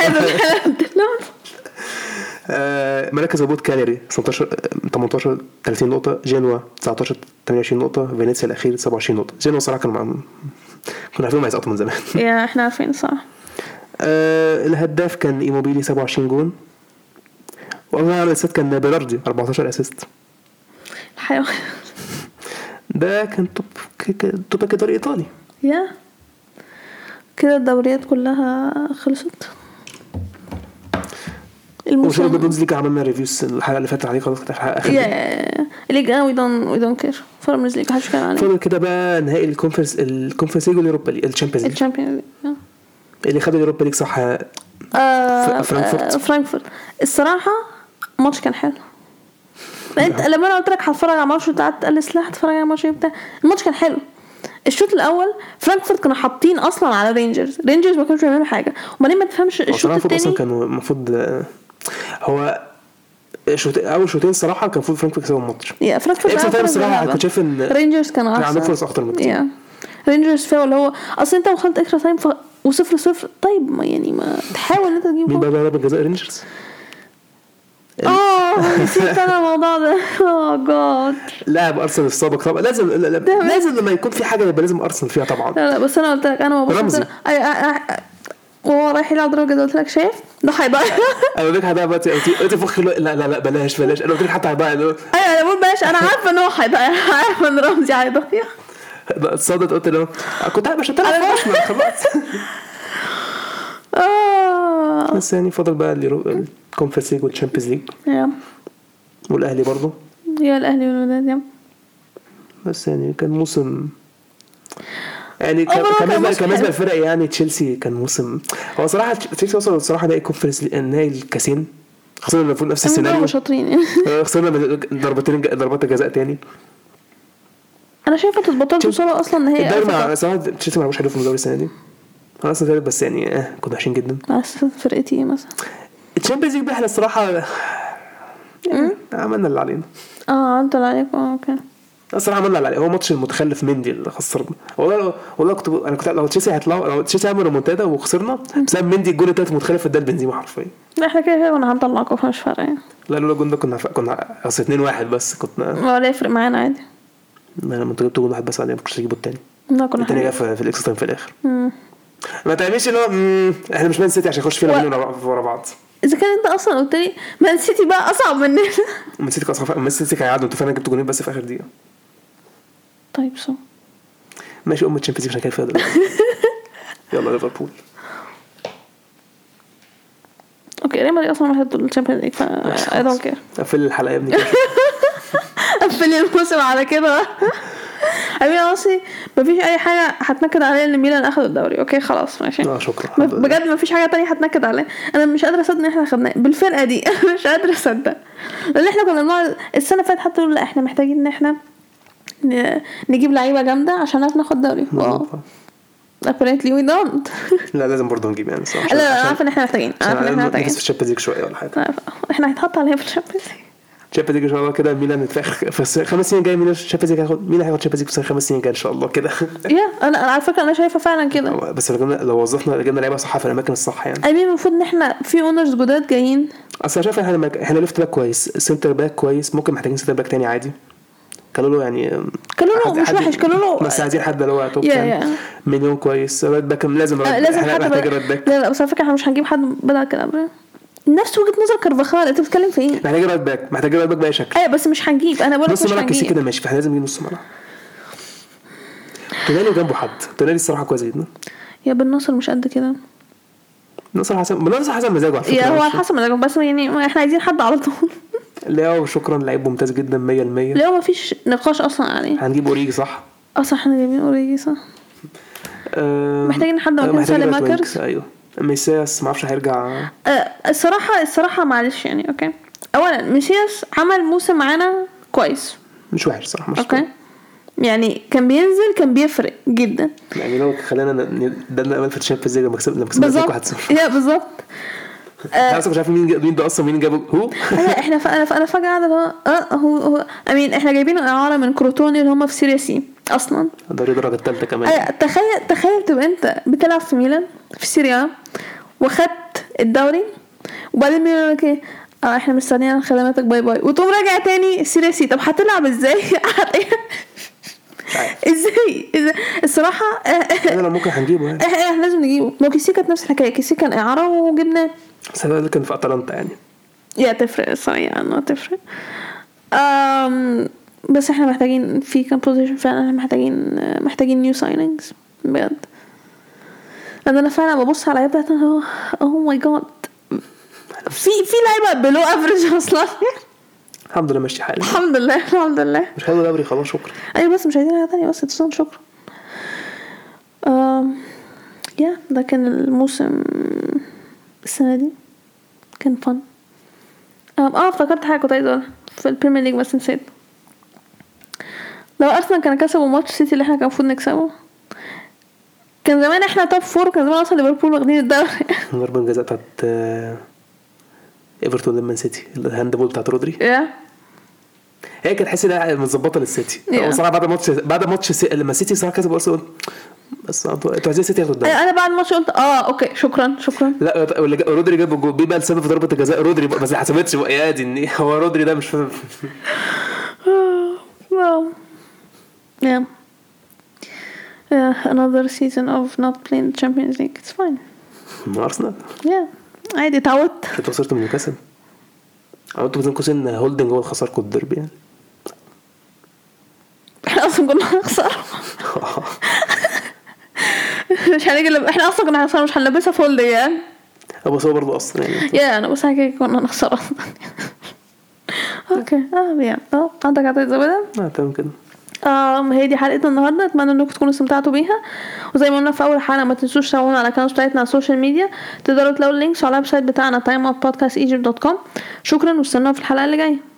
مراكز هبوط كاليري 18 30 نقطه جنوا 19 28 نقطه فينيسيا الاخير 27 نقطه. جنوا صراحه كنا عارفين ما يسقطوا من زمان يا احنا عارفين صح. الهداف كان ايموبيلي 27 جون والله الاسيست كان بيراردي 14 اسيست. الحيوان ده كان توب كدوري ايطالي. يا كده الدوريات كلها خلصت. الموسم البوندسليغا عملنا ريفيوز الحلقه اللي فاتت عليه خلاص الحلقه اخر الليجا وي دونت كير فرمز ليج محدش كان عليه. فاضل كده بقى نهائي الكونفرنس ليج واليوروبا ليج الشامبيونز ليج اللي خد اليوروبا ليج صح فرانكفورت. الصراحه الماتش كان حلو. انت لما انا قلت لك هتفرج على ماتش وقعدت قال لي سلاح هتفرج على ماتش بتاع الماتش كان حلو. الشوط الاول فرانكفورت كانوا حاطين اصلا على رينجرز ما كانوش بيعملوا حاجه وبعدين ما تفهمش الشوط الثاني اصلا كانوا المفروض هو اول شوطين صراحه كان المفروض فرانكفورت يكسبوا الماتش. يا فرانكفورت الصراحه كنت شايف ان رينجرز كانوا عندهم فرص اكتر من كده. رينجرز فاول اللي هو اصلا انت وصلت اكسترا تايم و0-0 طيب ما يعني ما تحاول انت تجيب مين بقى ضربة جزاء رينجرز؟ نسيت انا الموضوع ده. جاد لاعب ارسنال السابق طبعا لازم لما يكون في حاجه يبقى لازم ارسنال فيها طبعا. لا بس انا قلت لك انا ما وهو رايح يلعب ضربه جزاء قلت لك شايف ده هيضيع. انا قلت لك هيضيع قلت فخ لا بلاش انا قلت لك حتى هيضيع. ايوه انا بقول بلاش انا عارفه ان هو هيضيع عارفه ان رمزي هيضيع. اتصدت قلت له كنت عارف مش هتعرف خلاص. بس يعني فضل بقى الكونفرنس ليج والتشامبيونز ليج والاهلي برضو الاهلي والوداد بس يعني كان موسم يعني كمثل الفرق يعني تشيلسي كان موسم هو صراحه تشيلسي وصل الصراحه نهائي كونفرنس نهائي الكاسين خسرنا المفروض نفس السيناريو شاطرين خسرنا ضربات جزاء تاني. انا شايفه تظبطوا توصلوا اصلا نهائي الدوري صراحه تشيلسي ما عملوش حلو في الدوري السنه دي خلاص ثالث بس يعني كنا وحشين جدا. بس فرقتي مثلا الشامبيونز ليج احنا الصراحه عملنا اللي علينا. انت اللي عليك اوكي الصراحه عملنا اللي عليه. هو ماتش المتخلف مندي اللي خسرنا والله كنت لو تشيلسي هيطلعوا لو تشيلسي عملوا ريمونتادا وخسرنا بسبب مندي الجول الثالث متخلف ده البنزيما حرفيا. لا احنا كده كنا هنطلعكم مش فارقه يعني. لا لولا الجول ده كنا اصل 2-1 بس كنا ولا يفرق معانا عادي. انا لما جبت جول واحد بس عليه ما كنتش اجيبه الثاني. لا كنا الثاني جه في الاكسترا تايم في الاخر. ما تعملش اللي هو احنا مش مان سيتي عشان نخش فينا ورا بعض. اذا كان انت اصلا قلت لي مان سيتي بقى اصعب مننا. مان سيتي اصعب. مان سيتي هيعدوا انتوا فعلا جبتوا جولين بس في اخر دقيقه. طيب ماشي تشامبيونز ليج عشان كده فيها يلا ليفربول اوكي ريال مدريد اصلا ما هتدخل الشامبيونز ليج اي دونت كير. قفل الحلقه يا ابني قفل الموسم على كده. امين اصلي مفيش اي حاجه هتنكد عليا ان ميلان اخذ الدوري اوكي خلاص ماشي شكرا بجد مفيش حاجه تانية هتنكد عليا. انا مش قادره اصدق ان احنا خدناه بالفرقه دي. مش قادره اصدق لان احنا كنا بنقعد السنه اللي فاتت حتى نقول لا احنا محتاجين ان احنا نجيب لعيبه جامده عشان ناخد دوري. apparently we don't. لا لازم برضه نجيب يعني صح. لا عارفه ان احنا محتاجين في الشامبيونز ليج شويه ولا حاجه. احنا هيتحط عليها في الشامبيونز ليج ان شاء الله كده. ميلان في 5 سنين جاي ميلان الشامبيونز ليج هياخد. مين هياخد الشامبيونز ليج في 5 سنين جاي ان شاء الله كده. انا على فكره انا شايفه فعلا كده بس لو وظفنا جبنا لعيبه صح في الاماكن الصح يعني. المفروض ان احنا في اونرز جداد جايين. اصل شايف احنا ليفت باك كويس سنتر باك كويس ممكن محتاجين سنتر باك تاني عادي. كالولو يعني كالولو مش وحش كالولو بس عايزين حد اللي هو توب مليون كويس. راد باك لازم حد لا بس على فكره احنا مش هنجيب حد بدل كده نفس وجهه نظر كارفاخال. انت بتتكلم في ايه؟ محتاج راد باك باي شكل. بس مش هنجيب. انا بقول لك مش هنجيب كده ماشي. فاحنا لازم نجيب نص ملعب. تونالي جنبه حد. تونالي الصراحه كويس جدا. يا بالنصر مش قد كده. النصر حسب مزاجه على فكره. هو حسب مزاجه بس يعني احنا عايزين حد على طول. لا شكرا لعيب ممتاز جدا 100%. لا ما فيش نقاش اصلا عليه. هنجيب اوريجي صح. صح احنا جايبين اوريجي صح. محتاجين حد مكان سالم ماكرز. ايوه ميسياس ما اعرفش هيرجع. الصراحه معلش يعني اوكي. اولا ميسياس عمل موسم معانا كويس مش وحش صراحه مش اوكي يعني كان بينزل كان بيفرق جدا يعني لو خلينا ده نقبل في الشامبيونز ليج لما كسبنا 1-0. بالظبط انا مش عارف مين ده اصلا مين جابه هو. احنا انا فجاه قاعده هو امين احنا جايبينه اعاره من كروتوني اللي هم في سيريا سي اصلا دوري الدرجه الثالثه كمان. تخيل تبقى انت بتلعب في ميلان في سيريا وخدت الدوري وبعدين بيقول لك ايه احنا مستنيين خدماتك باي وتقوم راجع تاني سيريا سي. طب هتلعب ازاي؟ ازاي الصراحه انا ممكن هنجيبه يعني. احنا لازم نجيبه. لو كيسي كانت نفس الحكايه. كيسي كان اعاره وجبناه. السنه اللي كان في اتلانتا يعني تفرق صحيح انه تفرق. بس احنا محتاجين في كام بوزيشن فعلا. محتاجين نيو ساينينجز بجد. انا فعلا ببص على لعيبه اوه ماي جاد في لعيبه بلو افريج اصلا. الحمد لله ماشي حالي. الحمد لله مش حلو دوري خلاص شكرا. ايوه بس مش عايزين حاجه ثانيه بس تصون شكرا. يا ده كان الموسم السنه دي كان فن. افتكرت حاجه كنت عايزه اقولها في البريمير ليج بس نسيت. لو ارسنال كان كسبوا ماتش سيتي اللي احنا كان المفروض نكسبه كان زمان احنا توب 4 كان زمان اصلا ليفربول واخدين الدوري. ضربه الجزاء بتاعت ايفرتون لمان سيتي الهاندبول بتاعت رودري هي كانت حاسه انها متظبطه للسيتي. وصراحه بعد ماتش لما سيتي صراحه كسب ارسنال بس انتوا عايزين سيتي ياخدوا الدوري. انا بعد الماتش قلت اوكي شكرا. لا رودري جاب الجول بيبقى السبب في ضربه الجزاء رودري بس ما حسبتش يا دي ان هو رودري ده مش فاهم. another season of not playing the Champions League. It's fine. ارسنال عادي تعودت. انتوا خسرتوا من نيوكاسل. انتوا بتنقصوا سن هولدنج هو خسركم الديربي يعني. احنا اصلا كنا هنخسر. مش هنيجي احنا اصلا كنا هنخسر مش هنلبسها فولد يعني. ابو صور برضه اصلا يعني. انا بس حاجه كنا هنخسر اصلا. اوكي عندك عطيت زبده. تمام كده. هي دي حلقتنا النهارده. اتمنى انكم تكونوا استمتعتوا بيها وزي ما قلنا في اول حلقه ما تنسوش تابعونا على القناه بتاعتنا على السوشيال ميديا. تقدروا تلاقوا اللينكس على الويب سايت بتاعنا timeoutpodcastegypt.com. شكرا واستنونا في الحلقه اللي جايه.